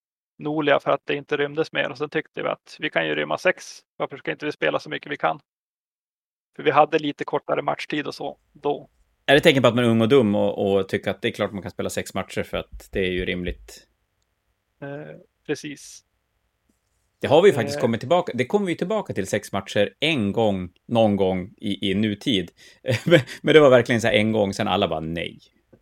Nolia för att det inte rymdes mer. Och sen tyckte vi att vi kan ju rymma sex. Varför ska inte vi spela så mycket vi kan? För vi hade lite kortare matchtid och så då. Är det tecken på att man är ung och dum och, och tycker att det är klart man kan spela sex matcher för att det är ju rimligt? Eh, precis. Det har vi ju faktiskt Eh. kommit tillbaka. Det kommer vi tillbaka till sex matcher en gång, någon gång i, i nutid. Men det var verkligen så här en gång, sen alla bara nej.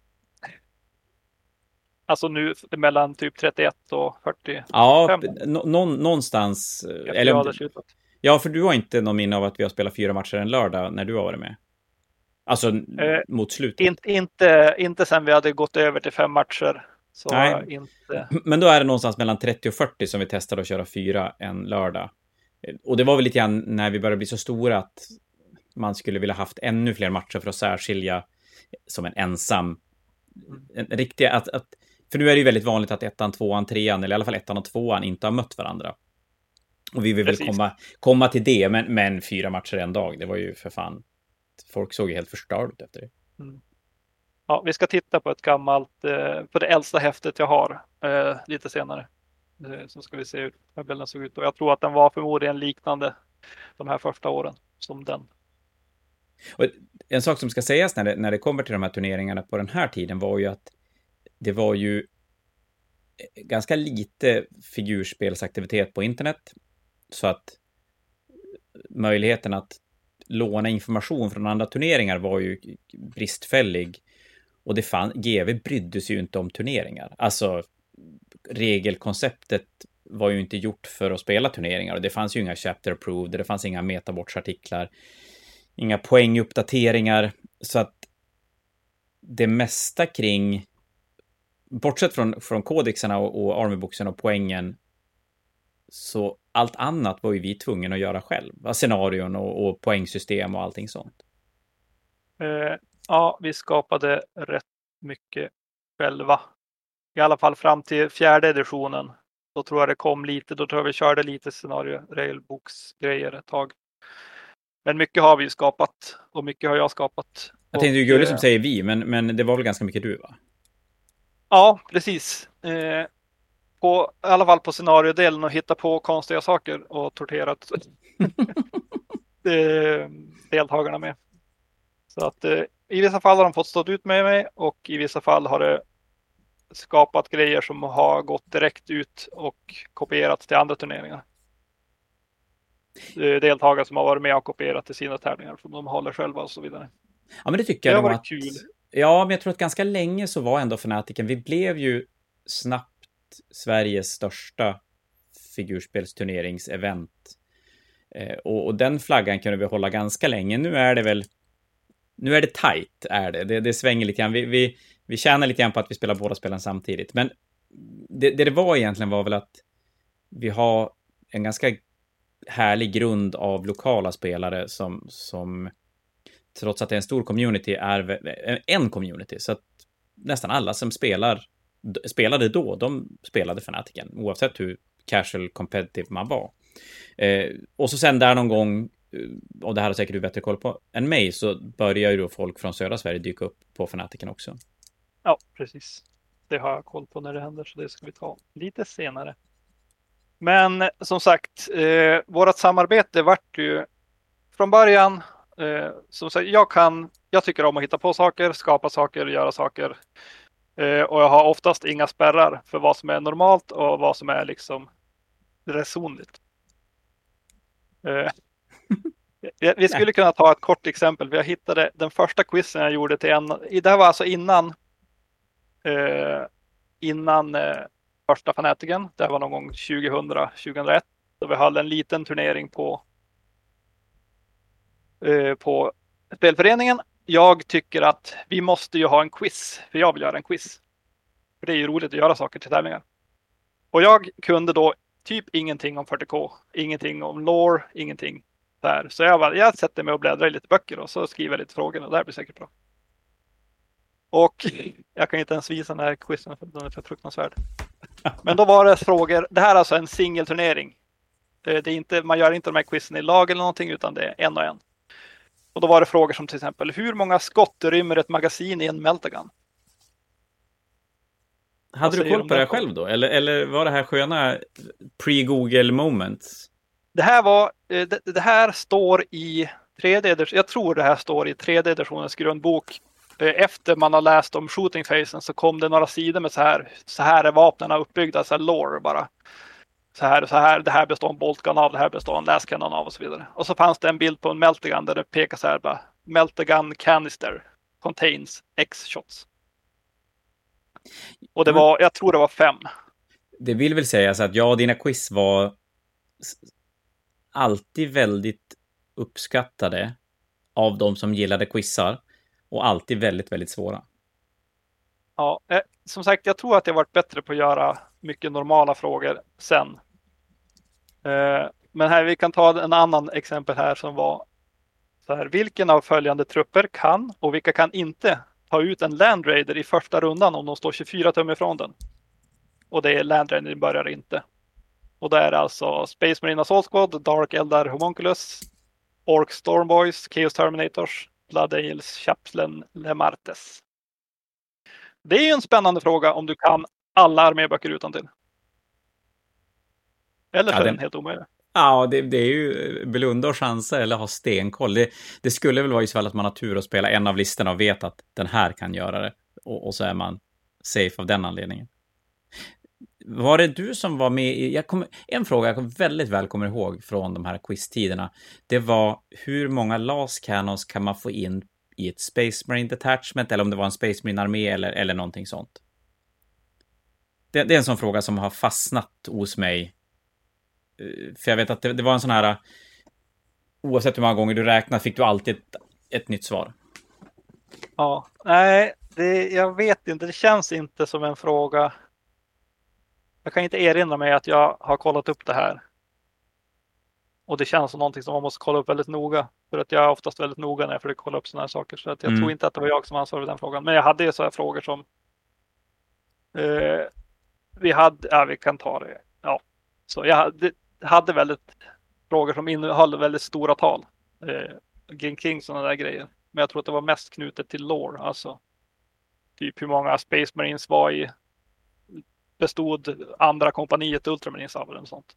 Alltså nu mellan typ trettioett och fyrtiofem. Ja, nå, någonstans. Eller, ja, för du har inte någon minne av att vi har spelat fyra matcher en lördag när du har varit med. Alltså eh, mot slutet. In, inte, inte sen vi hade gått över till fem matcher. Så Nej. Inte... Men då är det någonstans mellan trettio och fyrtio som vi testade att köra fyra en lördag. Och det var väl lite grann när vi började bli så stora att man skulle vilja haft ännu fler matcher för att särskilja som en ensam. En riktig, att, att, för nu är det ju väldigt vanligt att ettan, tvåan, trean eller i alla fall ettan och tvåan inte har mött varandra. Och vi vill Precis. väl komma, komma till det, men, men fyra matcher en dag, det var ju för fan. Folk såg ju helt förstörd ut efter det. Mm. Ja, vi ska titta på ett gammalt, eh, på det äldsta häftet jag har eh, lite senare. Eh, så ska vi se hur tabellen såg ut. Och jag tror att den var förmodligen liknande de här första åren som den. Och en sak som ska sägas när det, när det kommer till de här turneringarna på den här tiden var ju att det var ju ganska lite figurspelsaktivitet på internet. Så att möjligheten att låna information från andra turneringar var ju bristfällig. Och det fann, G V brydde sig ju inte om turneringar. Alltså, regelkonceptet var ju inte gjort för att spela turneringar. Och det fanns ju inga chapter approved, det fanns inga metaboardsartiklar, inga poänguppdateringar. Så att det mesta kring, bortsett från, från kodexarna och, och armyboxen och poängen, så allt annat var ju vi tvungna att göra själv. Scenarion och, och poängsystem och allting sånt. Eh, ja, vi skapade rätt mycket själva. I alla fall fram till fjärde editionen. Då tror jag det kom lite, då tror jag vi körde lite scenario, railbox-grejer ett tag. Men mycket har vi ju skapat och mycket har jag skapat. Jag tänkte ju gulligt som säger vi, men, men det var väl ganska mycket du, va? Ja, precis. Eh, på, i alla fall på scenariodelen och hitta på konstiga saker och torterat eh, deltagarna med. Så att eh, i vissa fall har de fått stå ut med mig och i vissa fall har det skapat grejer som har gått direkt ut och kopierats till andra turneringar. Eh, deltagare som har varit med och kopierat till sina tävlingar som de håller själva och så vidare. Ja, men det tycker det jag har varit att... kul. Ja, men jag tror att ganska länge så var ändå Fanatiken, vi blev ju snabbt Sveriges största figurspelsturneringsevent. Eh, och, och den flaggan kunde vi hålla ganska länge. Nu är det väl, nu är det tight, är det. Det, det svänger lite grann. Vi, vi, vi tjänar lite grann på att vi spelar båda spelen samtidigt. Men det, det det var egentligen var väl att vi har en ganska härlig grund av lokala spelare som, som trots att det är en stor community är en community. Så att nästan alla som spelar spelade då, de spelade Fanatiken, oavsett hur casual competitive man var. Eh, och så sen där någon gång, och det här har säkert du bättre koll på än mig, så börjar ju då folk från södra Sverige dyka upp på Fanatiken också. Ja, precis. Det har jag koll på när det händer, så det ska vi ta lite senare. Men som sagt, eh, vårt samarbete vart ju från början, eh, som sagt, jag kan, jag tycker om att hitta på saker, skapa saker, göra saker. Eh, och jag har oftast inga spärrar för vad som är normalt och vad som är liksom resonligt. Eh, vi skulle kunna ta ett kort exempel. Jag hittade den första quizen jag gjorde till en, det här var alltså innan eh, innan eh, första Fanatiken. Det var någon gång tjugohundra tjugohundraett då vi hade en liten turnering på eh, på spelföreningen. Jag tycker att vi måste ju ha en quiz, för jag vill göra en quiz. För det är ju roligt att göra saker till tävlingar. Och jag kunde då typ ingenting om fyrtio K, ingenting om lore, ingenting där. Så jag, var, jag sätter mig och bläddrar i lite böcker och så skriver jag lite frågor och det här blir säkert bra. Och jag kan inte ens visa den här quizen för den är för fruktansvärd. Men då var det frågor, det här är alltså en singelturnering. Det är inte, man gör inte de här quizen i lag eller någonting utan det är en och en. Och då var det frågor som till exempel, hur många skott rymmer ett magasin i en Meltagun? Hade du koll på det här själv då? Eller, eller var det här sköna pre-Google moments? Det här var, det, det här står i tredje, jag tror det här står i tredje editionens grundbok. Efter man har läst om shooting phasen så kom det några sidor med så här, så här är vapnen uppbyggda, så här lore bara. Så här, så här, det här består en boltgun av, det här består en läskanon av och så vidare. Och så fanns det en bild på en meltergun där det pekar så här bara, meltergun canister contains X shots. Och det var, jag tror det var fem. Det vill väl säga så att ja, dina quiz var alltid väldigt uppskattade av de som gillade quizar och alltid väldigt, väldigt svåra. Ja, eh, som sagt, jag tror att jag varit bättre på att göra mycket normala frågor sen. Eh, men här, vi kan ta en annan exempel här som var så här, vilken av följande trupper kan och vilka kan inte ta ut en Land Raider i första rundan om de står tjugofyra tum ifrån den? Och det är Land Raider börjar inte. Och det är alltså Space Marine Assault Squad, Dark Eldar Homunculus, Orc Stormboys, Chaos Terminators, Blood Angels, Chaplain Lemartes. Det är ju en spännande fråga om du kan alla arméböcker utantill. Eller så ja, är den helt omöjlig. Ja, det, det är ju blunda och chansa eller ha stenkoll. Det, det skulle väl vara i så fall att man har tur att spela en av listorna och vet att den här kan göra det. Och, och så är man safe av den anledningen. Var det du som var med i... Jag kommer, en fråga jag väldigt väl kommer ihåg från de här quiztiderna. Det var hur många las cannons kan man få in i ett Space Marine Detachment, eller om det var en Space Marine-armé eller, eller någonting sånt. Det, det är en sån fråga som har fastnat hos mig. För jag vet att det, det var en sån här... Oavsett hur många gånger du räknar fick du alltid ett, ett nytt svar. Ja, nej, det, jag vet inte. Det känns inte som en fråga... Jag kan inte erinra mig att jag har kollat upp det här. Och det känns som någonting som man måste kolla upp väldigt noga. För att jag är oftast väldigt noga när jag försöker kolla upp sådana här saker. Så att jag mm. tror inte att det var jag som ansvarade för den frågan. Men jag hade ju så här frågor som... Eh, vi hade... Ja, vi kan ta det. Ja. Så jag hade, hade väldigt frågor som innehöll väldigt stora tal. Eh, kring sådana där grejer. Men jag tror att det var mest knutet till lore. Alltså typ hur många Space Marines var i... bestod andra kompaniet Ultramarines av eller sånt.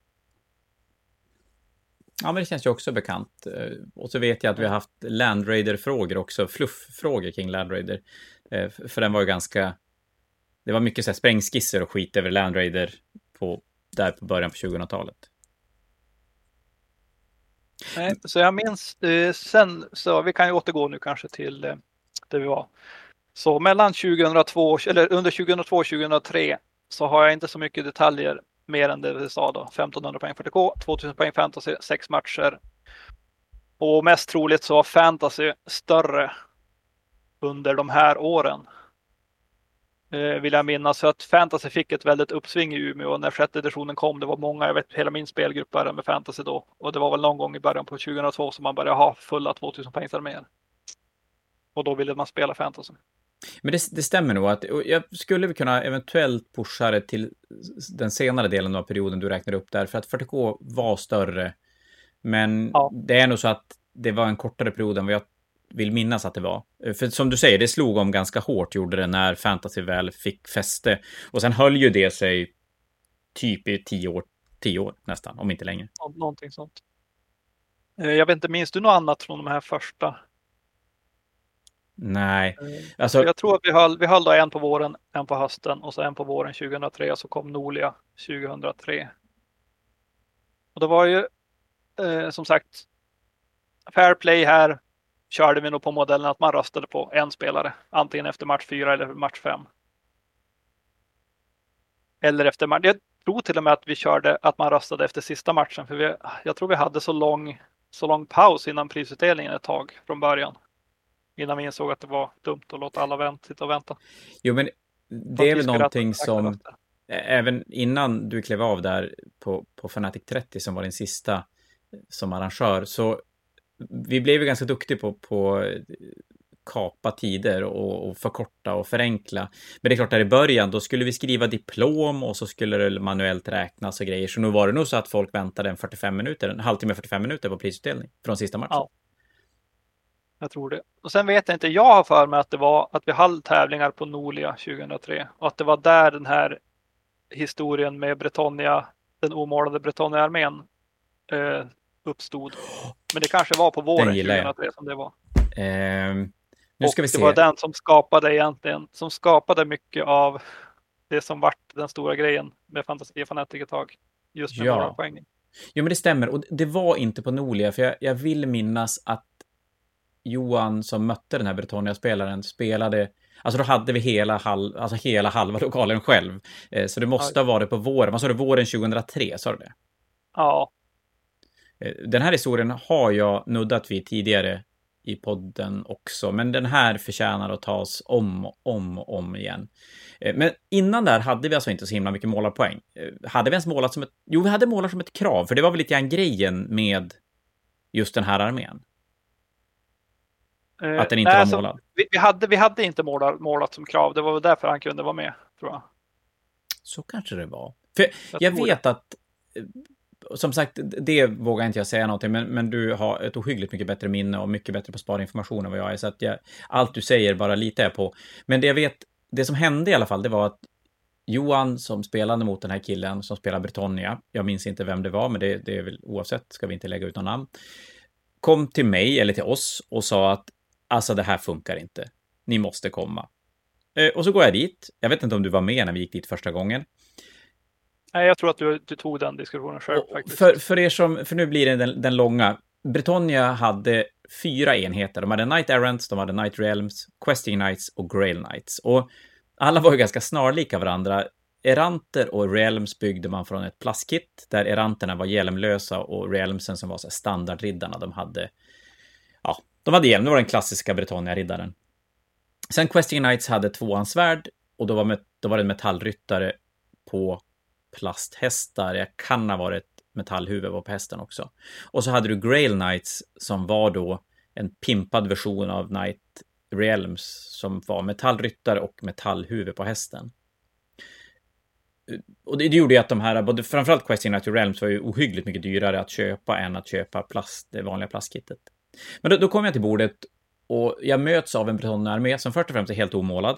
Ja, men det känns ju också bekant. Och så vet jag att vi har haft Land Raider-frågor också, fluff-frågor kring Land Raider. För den var ju ganska... Det var mycket så här sprängskisser och skit över Land Raider på, där på början på tjugohundratalet. Nej, så jag minns eh, sen, så vi kan ju återgå nu kanske till eh, det vi var. Så mellan tjugohundratvå, eller under tjugohundratvå och tjugohundratre så har jag inte så mycket detaljer mer än det vi sa då. femtonhundra poäng fyrtio K, tvåtusen poäng fantasy, sex matcher. Och mest troligt så var fantasy större under de här åren. Eh, vill jag minnas. Så att fantasy fick ett väldigt uppsving i Umeå. Och när sjätte editionen kom, det var många, jag vet hela min spelgrupp började med fantasy då. Och det var väl någon gång i början på tjugohundratvå som man började ha fulla tvåtusen poängsarméer. Och då ville man spela fantasy. Men det, det stämmer nog att jag skulle kunna eventuellt pusha det till den senare delen av perioden du räknar upp där, för att fyrtio K var större, men ja. Det är nog så att det var en kortare period än vad jag vill minnas att det var. För som du säger, det slog om ganska hårt, gjorde det när fantasy väl fick fäste, och sen höll ju det sig typ i tio år, tio år nästan, om inte längre. Ja, någonting sånt. Jag vet inte, minns du något annat från de här första? Nej. Alltså... Jag tror att vi höll, vi höll då en på våren, en på hösten och så en på våren tjugohundratre och så kom Nolia tjugohundratre. Och det var ju eh, som sagt fair play här körde vi nog på modellen att man röstade på en spelare. Antingen efter match fyra eller match fem. Eller efter match. Jag tror till och med att vi körde att man röstade efter sista matchen. För vi, jag tror vi hade så lång, så lång paus innan prisutdelningen ett tag från början. Innan vi insåg att det var dumt att låta alla vänta, sitta och vänta. Jo, men det är väl någonting som... Även innan du klev av där på, på Fnatic trettio som var din sista som arrangör, så vi blev ju ganska duktiga på, på kapa tider och, och förkorta och förenkla. Men det är klart, där i början då skulle vi skriva diplom och så skulle det manuellt räknas och grejer. Så nu var det nog så att folk väntade en fyrtiofem minuter, en halvtimme fyrtiofem minuter på prisutdelning från sista matchen. Ja. Jag tror det. Och sen vet jag inte, jag har för mig att det var att vi hade tävlingar på Nolia tjugohundratre och att det var där den här historien med Bretonnia, den omålade Bretonnia-armén eh, uppstod. Men det kanske var på våren tjugohundratre som det var. Eh, nu ska och vi se. Det var den som skapade egentligen, som skapade mycket av det som vart den stora grejen med Fantasy Fanatic ett tag. Just med Ja. våra poäng. Jo, men det stämmer. Och det var inte på Nolia, för jag, jag vill minnas att Johan som mötte den här Bretonnia-spelaren spelade, alltså då hade vi hela, halv, alltså hela halva lokalen själv. Eh, så det måste ha varit på våren. Vad sa du, våren tjugohundratre, sa du det? Ja. Eh, den här historien har jag nuddat vid tidigare i podden också, men den här förtjänar att tas om och om och om igen. Eh, men innan där hade vi alltså inte så himla mycket målarpoäng. Eh, hade vi ens målat som ett, jo vi hade målat som ett krav, för det var väl lite grann grejen med just den här armén. Att den inte Nej, var alltså, målad. Vi, vi, hade, vi hade inte målat, målat som krav. Det var väl därför han kunde vara med, tror jag. Så kanske det var. För jag, jag vet det. att, som sagt, det vågar inte jag säga någonting, men, men du har ett ohyggligt mycket bättre minne och mycket bättre på att spara information än vad jag är. Så att jag, allt du säger bara litar jag på. Men det jag vet, det som hände i alla fall, det var att Johan som spelade mot den här killen som spelar Bretonnia, jag minns inte vem det var, men det, det är väl oavsett, ska vi inte lägga ut någon namn, kom till mig eller till oss och sa att alltså det här funkar inte. Ni måste komma. Eh, och så går jag dit. Jag vet inte om du var med när vi gick dit första gången. Nej, jag tror att du, du tog den diskussionen själv och, faktiskt. För, för er som, för nu blir det den, den långa. Bretonnia hade fyra enheter. De hade Knight Errants, de hade Knight Realms, Questing Knights och Grail Knights. Och alla var ju ganska snarlika varandra. Eranter och Realms byggde man från ett plastkit, där eranterna var hjälmlösa och Realmsen som var så standardriddarna, de hade, ja, de hade hjälm. Det var den klassiska Bretonnia-riddaren. Sen Questing Knights hade tvåansvärd och då var, med, då var det en metallryttare på plasthästar. Jag kan ha varit metallhuvud på hästen också. Och så hade du Grail Knights som var då en pimpad version av Knight Realms som var metallryttare och metallhuvud på hästen. Och det, det gjorde ju att de här, både framförallt Questing Knight och Realms var ju ohyggligt mycket dyrare att köpa än att köpa plast, det vanliga plastkittet. Men då, då kom jag till bordet och jag möts av en Bretonnia-armé som först och främst är helt omålad.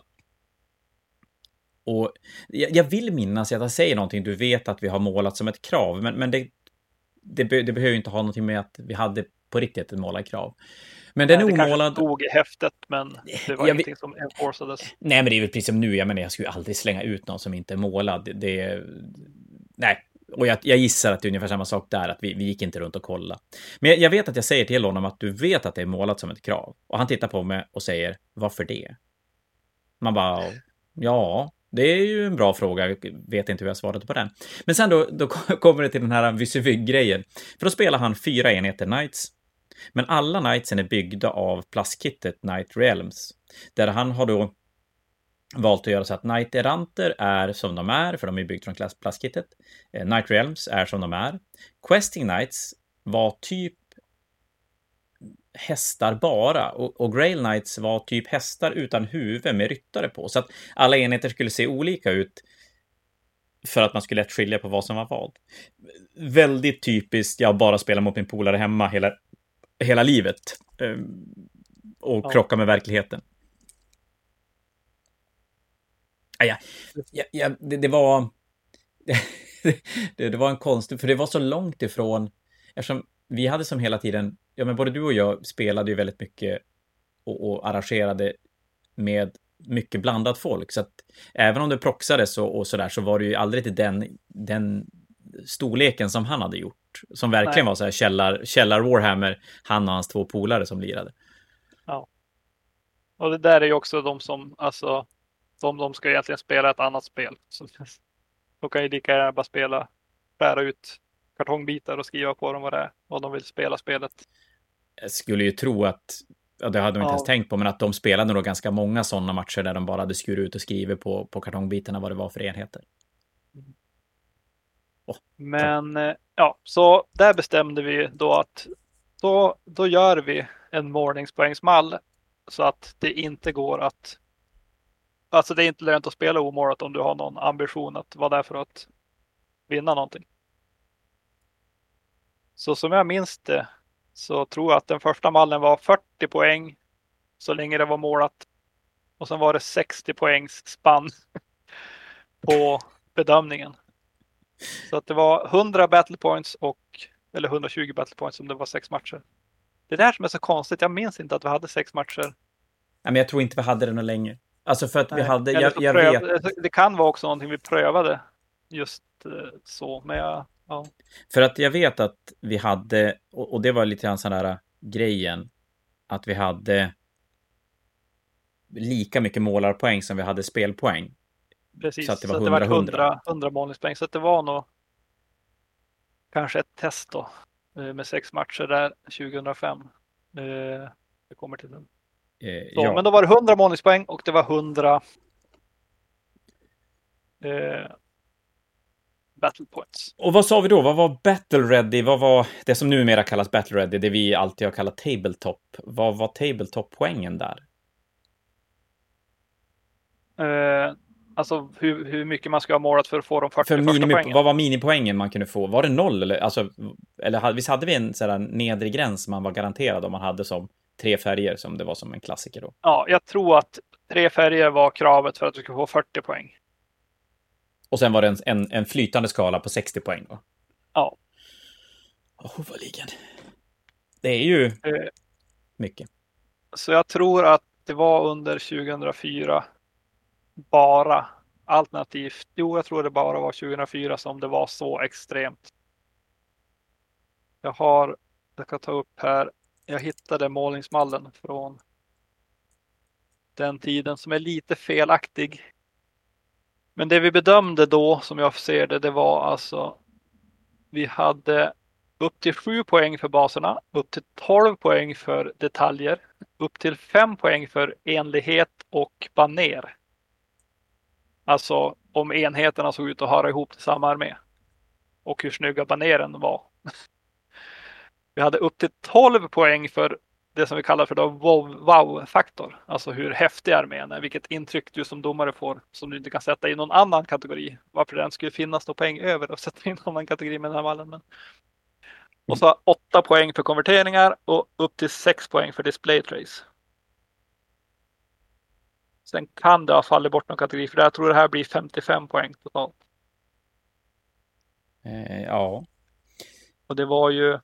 Och jag, jag vill minnas att jag säger någonting, du vet att vi har målat som ett krav, men, men det, det, det behöver ju inte ha någonting med att vi hade på riktigt ett målarkrav. Men den är omålad. Det kanske stod i häftet, men det var jag ingenting vet... som enforcades. Nej, men det är väl precis som nu, jag menar, jag skulle aldrig slänga ut någon som inte är målad. Det, det nej, och jag, jag gissar att det är ungefär samma sak där, att vi, vi gick inte runt och kolla. Men jag, jag vet att jag säger till honom att du vet att det är målat som ett krav. Och han tittar på mig och säger, varför det? Man bara, ja, det är ju en bra fråga. Jag vet inte hur jag svarade på den. Men sen då, då kommer det till den här Visivig-grejen. För då spelar han fyra enheter Knights. Men alla Knightsen är byggda av plastkittet Knight Realms. Där han har då valt att göra så att Knight Eranter är som de är, för de är byggt från plastkittet. Knight Realms är som de är. Questing Knights var typ hästar bara. Och, och Grail Knights var typ hästar utan huvud med ryttare på. Så att alla enheter skulle se olika ut för att man skulle lätt skilja på vad som var vad. Väldigt typiskt, jag bara spelar mot min polare hemma hela, hela livet. Och ja. Krocka med verkligheten. Ja, ja, ja, det, det var det, det var en konstig, för det var så långt ifrån, eftersom vi hade som hela tiden, ja men både du och jag spelade ju väldigt mycket och, och arrangerade med mycket blandat folk, så att även om det proxades och, och sådär, så var det ju aldrig till den, den storleken som han hade gjort, som verkligen Nej. var så här källar, källar Warhammer, han och hans två polare som lirade. Ja. Och det där är ju också de som, alltså de, de ska egentligen spela ett annat spel. Så de kan ju lika gärna bara spela, bära ut kartongbitar och skriva på dem vad det är, och de vill spela spelet. Jag skulle ju tro att, ja, det hade de inte ja. ens tänkt på, men att de spelade nog ganska många sådana matcher där de bara hade skurit ut och skrivit på, på kartongbitarna vad det var för enheter. Oh, men ja. ja, så där bestämde vi då att då, då gör vi en målningspoängsmall så att det inte går att, alltså det är inte lönt att spela omålat om du har någon ambition att vara där för att vinna någonting. Så som jag minns det så tror jag att den första mallen var fyrtio poäng så länge det var målat. Och sen var det sextio poängs spann på bedömningen. Så att det var hundra battle points och eller hundratjugo battle points om det var sex matcher. Det där som är så konstigt, jag minns inte att vi hade sex matcher. Nej, men jag tror inte vi hade det något längre. Alltså för att Nej. vi hade, Eller jag, så jag pröv, vet. Det kan vara också någonting vi prövade just eh, så, men jag, ja. För att jag vet att vi hade, och, och det var lite grann sån där grejen, att vi hade lika mycket målarpoäng som vi hade spelpoäng. Precis, Så att det var så att det var hundra hundra, hundra målningspoäng. Så att det var nog kanske ett test då eh, med sex matcher där tjugohundrafem. Eh, det kommer till den. Eh, Så, ja. Men då var det hundra målningspoäng och det var hundra eh, battle points. Och vad sa vi då? Vad var Battle Ready? Vad var det som numera kallas Battle Ready? Det vi alltid har kallat Tabletop. Vad var Tabletop-poängen där? Eh, alltså hur, hur mycket man ska ha målat för att få de fyrtio För första minimi, poängen. vad var minipoängen man kunde få? Var det noll? Eller, alltså, eller hade, visst hade vi en sån där nedre gräns man var garanterad om man hade som tre färger som det var som en klassiker då? Ja, jag tror att tre färger var kravet för att du skulle få fyrtio poäng. Och sen var det en, en, en flytande skala på sextio poäng då? Ja. Oh, vad ligen. Det är ju Eh, mycket. så jag tror att det var under tjugohundrafyra bara, alternativt, jo jag tror det bara var tjugohundrafyra som det var så extremt. Jag har, jag kan ta upp här, jag hittade målningsmålningen från den tiden som är lite felaktig. Men det vi bedömde då, som jag ser det, det var alltså vi hade upp till sju poäng för baserna, upp till tolv poäng för detaljer, upp till fem poäng för enlighet och baner. Alltså om enheterna såg ut att höra ihop till samma armé. Och hur snygga baneren var. Vi hade upp till tolv poäng för det som vi kallar för då wow-faktor. Alltså hur häftig armén är. Vilket intryck du som domare får som du inte kan sätta i någon annan kategori. Varför den skulle finnas då poäng över och sätta in någon annan kategori med den här mallen. Men... Och så åtta poäng för konverteringar och upp till sex poäng för display trace. Sen kan det ha fallit bort någon kategori för jag tror det här blir femtiofem poäng totalt. Eh, ja. Och det var ju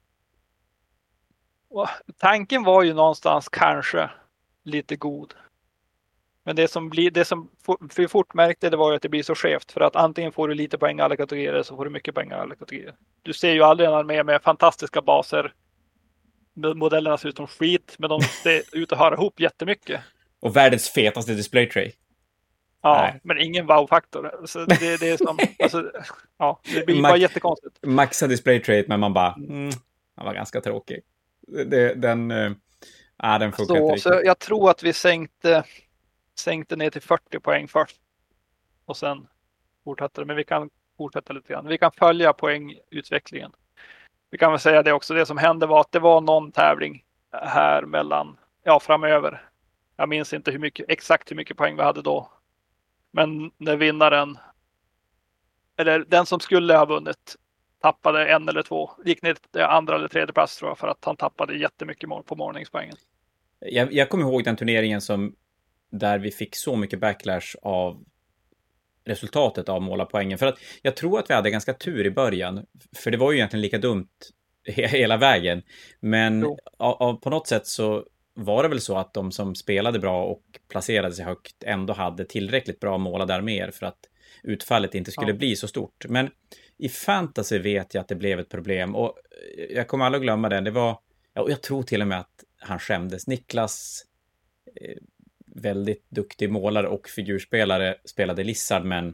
tanken var ju någonstans kanske lite god. Men det som blir det som för fort märkte det var ju att det blir så skevt för att antingen får du lite poäng i alla kategorier eller så får du mycket poäng i alla kategorier. Du ser ju aldrig en armé med fantastiska baser. Modellerna ser ut som skit men de ser ut att höra ihop jättemycket. Och världens fetaste display tray. Ja, Nej. men ingen wow-faktor. Så det, det är som, alltså, ja, det blir bara jättekonstigt. Maxa display tray, men man bara, mm, han var ganska tråkig. Det, den, äh, den funkar så, inte riktigt. Så jag tror att vi sänkte, sänkte ner till fyrtio poäng först. Och sen fortsätter det. Men vi kan fortsätta lite grann. Vi kan följa poängutvecklingen. Vi kan väl säga det också. Det som hände var att det var någon tävling här mellan, ja framöver. Jag minns inte hur mycket, exakt hur mycket poäng vi hade då. Men när vinnaren, eller den som skulle ha vunnit, tappade en eller två. Gick ner till andra eller tredje plats tror jag för att han tappade jättemycket på morgningspoängen. Jag, jag kommer ihåg den turneringen som där vi fick så mycket backlash av resultatet av målarpoängen. För att jag tror att vi hade ganska tur i början. För det var ju egentligen lika dumt hela vägen. Men av, av, på något sätt så var det väl så att de som spelade bra och placerade sig högt ändå hade tillräckligt bra målade arméer för att utfallet inte skulle ja. bli så stort. Men i fantasy vet jag att det blev ett problem och jag kommer aldrig glömma det. Det var, och jag tror till och med att han skämdes. Niklas, eh, väldigt duktig målare och figurspelare, spelade Lizard men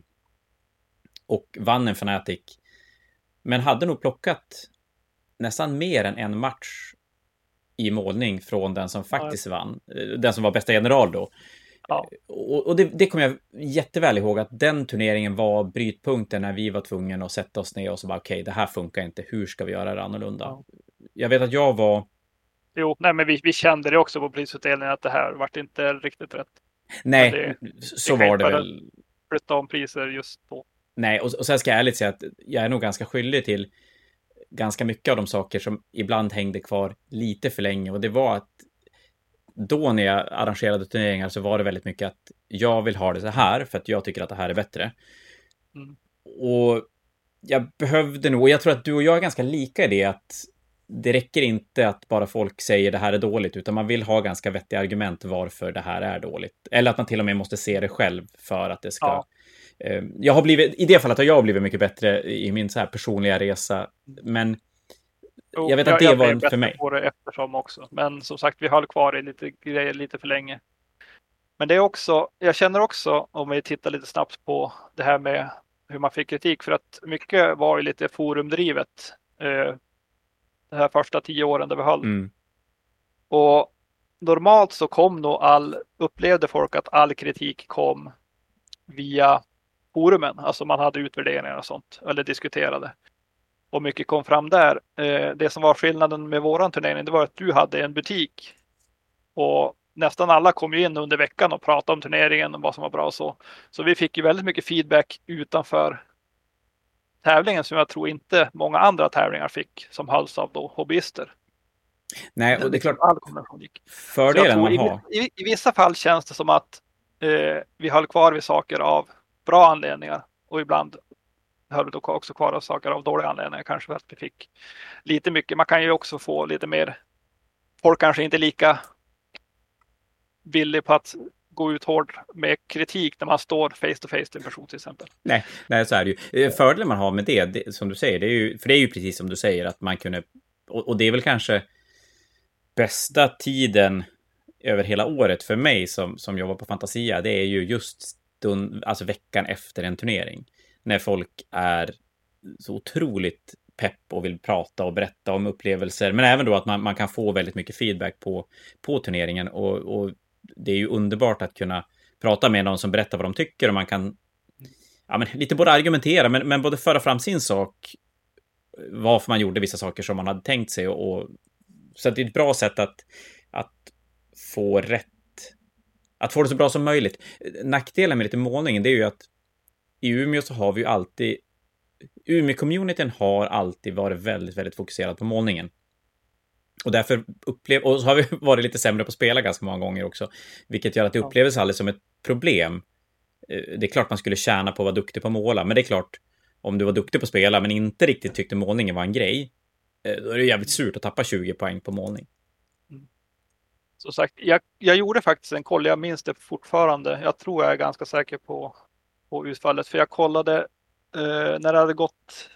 och vann en Fnatic. Men hade nog plockat nästan mer än en match i målning från den som faktiskt ja. vann. Den som var bästa general då. Ja. Och, och det, det kommer jag jätteväl ihåg att den turneringen var brytpunkten när vi var tvungna att sätta oss ner och så bara okej, okay, det här funkar inte. Hur ska vi göra det annorlunda? Ja. Jag vet att jag var... Jo, nej men vi, vi kände det också på prisutdelningen att det här vart inte riktigt rätt. Nej, det, så det var det väl. Flytta om priser just då. Nej, och, och sen ska jag ärligt säga att jag är nog ganska skyldig till ganska mycket av de saker som ibland hängde kvar lite för länge. Och det var att då när jag arrangerade turneringar så var det väldigt mycket att jag vill ha det så här för att jag tycker att det här är bättre. Mm. Och jag behövde nog, och jag tror att du och jag är ganska lika i det, att det räcker inte att bara folk säger det här är dåligt, utan man vill ha ganska vettiga argument varför det här är dåligt. Eller att man till och med måste se det själv för att det ska... Ja. Eh, jag har blivit, i det fallet har jag blivit mycket bättre i min så här personliga resa, men jo, jag vet jag, att det jag var en för mig. Jag på det eftersom också, men som sagt, vi höll kvar i lite grejer lite för länge. Men det är också, jag känner också, om vi tittar lite snabbt på det här med hur man fick kritik, för att mycket var ju lite forumdrivet eh, de här första tio åren där vi höll. Mm. Och normalt så kom nog all, upplevde folk att all kritik kom via forumen. Alltså man hade utvärderingar och sånt, eller diskuterade. Och mycket kom fram där. Eh, det som var skillnaden med våran turnering, det var att du hade en butik. Och nästan alla kom ju in under veckan och pratade om turneringen och vad som var bra och så. Så vi fick ju väldigt mycket feedback utanför tävlingen som jag tror inte många andra tävlingar fick som hölls av då hobbyister. Nej, och det är klart, all kombination gick. fördelen man har. I, i, I vissa fall känns det som att eh, vi höll kvar vid saker av bra anledningar och ibland höll vi också kvar av saker av dåliga anledningar. Kanske för att vi fick lite mycket. Man kan ju också få lite mer, folk kanske inte är lika villig på att gå ut hård med kritik när man står face to face till en person till exempel. Nej, nej, så är det ju. Fördelen man har med det, det, som du säger, det är ju, för det är ju precis som du säger, att man kunde, och, och det är väl kanske bästa tiden över hela året för mig som, som jobbar på Fantasia, det är ju just stund, alltså veckan efter en turnering. När folk är så otroligt pepp och vill prata och berätta om upplevelser, men även då att man, man kan få väldigt mycket feedback på, på turneringen, och, och det är ju underbart att kunna prata med någon som berättar vad de tycker, och man kan ja, men lite både argumentera men, men både föra fram sin sak, varför man gjorde vissa saker som man hade tänkt sig, och, och så att det är ett bra sätt att, att få rätt, att få det så bra som möjligt. Nackdelen med lite målningen, det är ju att i Umeå så har vi ju alltid, Umeå-communityn har alltid varit väldigt, väldigt fokuserad på målningen. Och därför upplev, och så har vi varit lite sämre på att spela ganska många gånger också, vilket gör att det upplevs aldrig som ett problem. Det är klart man skulle tjäna på att vara duktig på att måla, men det är klart, om du var duktig på att spela men inte riktigt tyckte målningen var en grej, då är det jävligt surt att tappa tjugo poäng på målning. Mm. Så sagt, jag, jag gjorde faktiskt en koll, jag minns det fortfarande. Jag tror jag är ganska säker på, på utfallet, för jag kollade eh, när det hade gått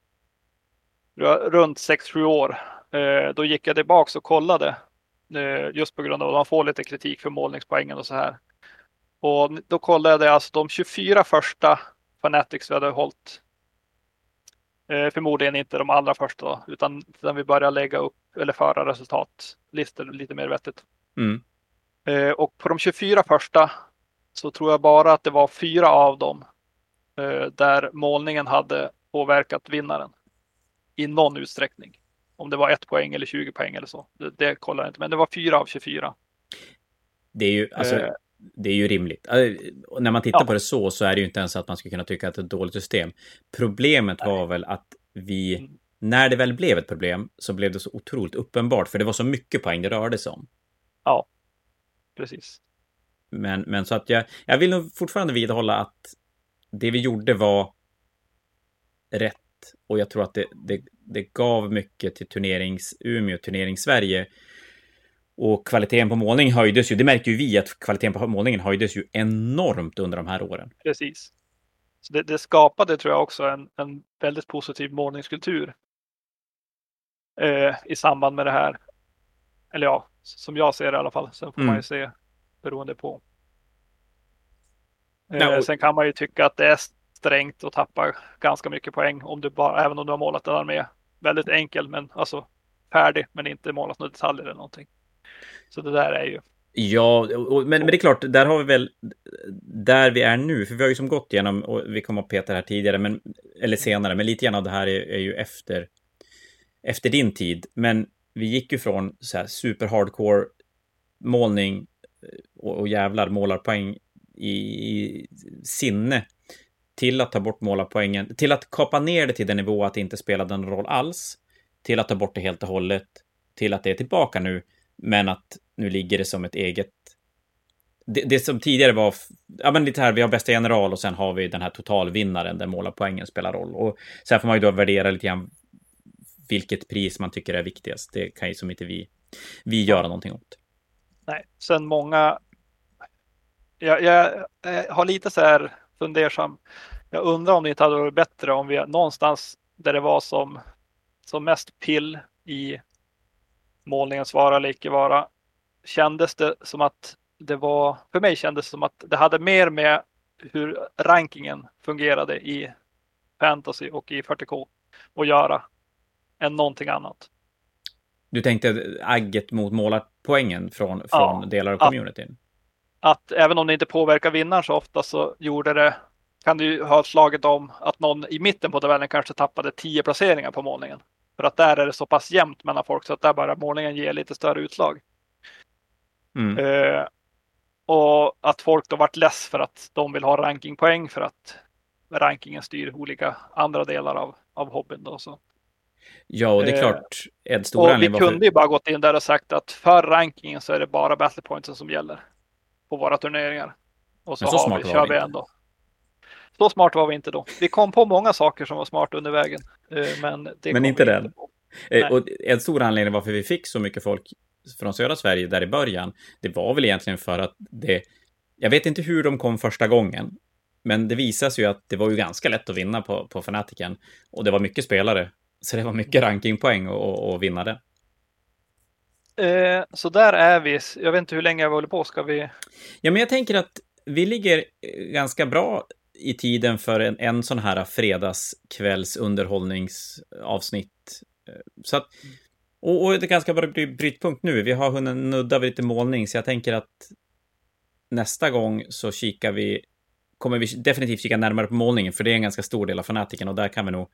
runt sex sju år. Eh, då gick jag tillbaka och kollade, eh, just på grund av att man får lite kritik för målningspoängen och så här. Och då kollade jag alltså de tjugofyra första Fanatics vi hade hållit. Eh, förmodligen inte de allra första då, utan när vi började lägga upp eller föra resultatlistor lite mer vettigt. Mm. Eh, och på de tjugofyra första så tror jag bara att det var fyra av dem eh, där målningen hade påverkat vinnaren i någon utsträckning. Om det var ett poäng eller tjugo poäng eller så. Det, det kollar jag inte, men det var fyra av tjugofyra. Det är ju, alltså, eh, det är ju rimligt. Och när man tittar ja. på det så, så är det ju inte ens att man ska kunna tycka att det är ett dåligt system. Problemet Nej. var väl att vi, mm. när det väl blev ett problem, så blev det så otroligt uppenbart. För det var så mycket poäng det rörde sig om. Ja, precis. Men, men så att jag, jag vill nog fortfarande vidhålla att det vi gjorde var rätt. Och jag tror att det, det, det gav mycket till turnerings Umeå, turnering Sverige. Och kvaliteten på målning höjdes ju. Det märker ju vi att kvaliteten på målningen höjdes ju enormt under de här åren. Precis. Så det, det skapade, tror jag, också en, en väldigt positiv målningskultur eh, i samband med det här. Eller ja, som jag ser det i alla fall. Sen får mm. man ju se beroende på. Eh, ja, och... Sen kan man ju tycka att det är strängt att tappa ganska mycket poäng om du bara, även om du har målat en armé väldigt enkel, men alltså färdig, men inte målat några detaljer eller någonting. Så det där är ju... Ja, och, men, men det är klart, där har vi väl, där vi är nu, för vi har ju som gått igenom, och vi kommer att peta här tidigare, men, eller senare, men lite grann av det här är, är ju efter, efter din tid. Men vi gick ju från så här super hardcore målning och, och jävlar målarpoäng i, i sinne till att ta bort målarpoängen, till att kapa ner det till den nivå att det inte spelade någon roll alls. till att ta bort det helt och hållet, till att det är tillbaka nu, men att nu ligger det som ett eget... Det, det som tidigare var, ja men lite här, vi har bästa general och sen har vi den här totalvinnaren där målarpoängen spelar roll. Och sen får man ju då värdera lite grann vilket pris man tycker är viktigast. Det kan ju som inte vi, vi göra någonting åt. Nej, sen många... Jag, jag, jag har lite så här fundersam. Jag undrar om det inte hade varit bättre om vi någonstans där det var som, som mest pill i målningens vara eller icke vara, kändes det som att det var, för mig kändes det som att det hade mer med hur rankingen fungerade i fantasy och i fyrtio K att göra än någonting annat. Du tänkte agget mot målarpoängen från, från ja, delar av communityn? Att, att även om det inte påverkar vinnaren så ofta så gjorde det, kan du ha slagit om att någon i mitten på tabellen kanske tappade tio placeringar på målningen. För att där är det så pass jämnt mellan folk så att där bara målningen ger lite större utslag. Mm. Uh, och att folk då varit less för att de vill ha rankingpoäng för att rankingen styr olika andra delar av, av hobbyn då. Så. Ja, och det är klart, en stor och anledning vi kunde ju bara gått in där och sagt att för rankingen så är det bara battle pointsen som gäller på våra turneringar. Och så, så har vi, kör vi ändå. Så smart var vi inte då. Vi kom på många saker som var smart under vägen. Men, det men inte den. Inte och en stor anledning varför vi fick så mycket folk från södra Sverige där i början, det var väl egentligen för att det, jag vet inte hur de kom första gången, men det visas ju att det var ju ganska lätt att vinna på, på Fanatiken. Och det var mycket spelare. Så det var mycket rankingpoäng att vinna det. Eh, så där är vi. Jag vet inte hur länge jag håller på. Ska vi... Ja, men jag tänker att vi ligger ganska bra i tiden för en, en sån här fredagskvälls underhållningsavsnitt. Så att, och, och det är ganska bra brytpunkt nu. Vi har hunnit nudda vid lite målning, så jag tänker att nästa gång så kikar vi, kommer vi definitivt kika närmare på målningen, för det är en ganska stor del av Fanatiken och där kan vi nog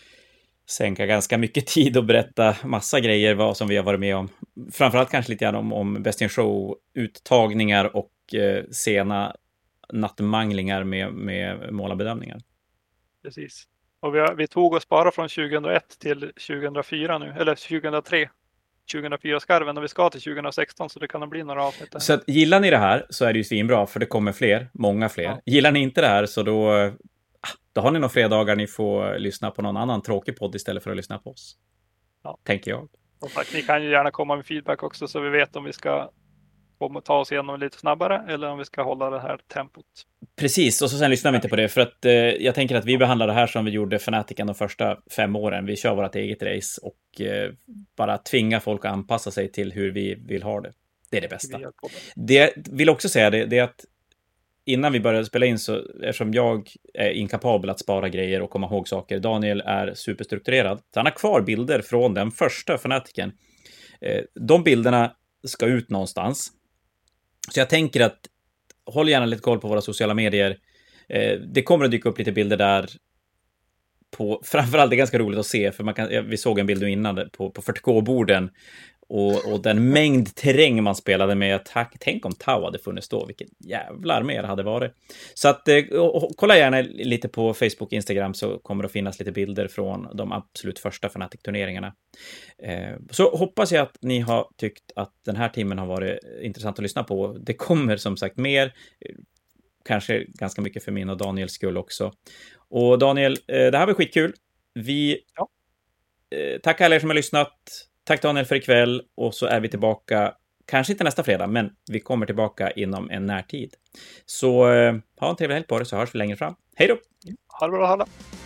sänka ganska mycket tid och berätta massa grejer vad som vi har varit med om. Framförallt kanske lite grann om, om Best in Show-uttagningar och eh, sena nattmanglingar med, med målarbedömningar. Precis. Och vi, har, vi tog oss bara från tjugohundraett till tjugohundrafyra nu, eller tjugohundratre. tjugohundrafyra-skarven och vi ska till tjugohundrasexton, så det kan bli några avsnitt där. Så att, gillar ni det här så är det ju svinbra, för det kommer fler, många fler. Ja. Gillar ni inte det här så då, då har ni några fredagar ni får lyssna på någon annan tråkig podd istället för att lyssna på oss. Ja. Tänker jag. Och tack, ni kan ju gärna komma med feedback också så vi vet om vi ska ta oss igenom lite snabbare eller om vi ska hålla det här tempot. Precis, och så sen lyssnar vi inte på det för att eh, jag tänker att vi behandlar det här som vi gjorde Fanatiken de första fem åren. Vi kör vårt eget race och eh, bara tvinga folk att anpassa sig till hur vi vill ha det. Det är det bästa. Det jag vill också säga det, det är att innan vi började spela in så, eftersom jag är inkapabel att spara grejer och komma ihåg saker, Daniel är superstrukturerad. Så han har kvar bilder från den första Fanatiken. Eh, de bilderna ska ut någonstans. Så jag tänker att håll gärna lite koll på våra sociala medier. Eh, det kommer att dyka upp lite bilder där. På, framförallt det är ganska roligt att se, för man kan, vi såg en bild nu innan på, på fyrtio K-borden. Och, och den mängd terräng man spelade med. Tack, tänk om Tau hade funnits då. Vilket jävlar mer hade varit. Så att, eh, kolla gärna lite på Facebook och Instagram, så kommer det att finnas lite bilder från de absolut första Fnatic-turneringarna. Eh, så hoppas jag att ni har tyckt att den här timmen har varit intressant att lyssna på. Det kommer som sagt mer. Kanske ganska mycket för min och Daniels skull också. Och Daniel, eh, det här var skitkul. Vi ja. eh, tackar alla er som har lyssnat. Tack Daniel för ikväll, och så är vi tillbaka, kanske inte nästa fredag, men vi kommer tillbaka inom en närtid. Så eh, ha en trevlig helg på det, så hörs vi längre fram. Hej då! Ha det bra, ha det.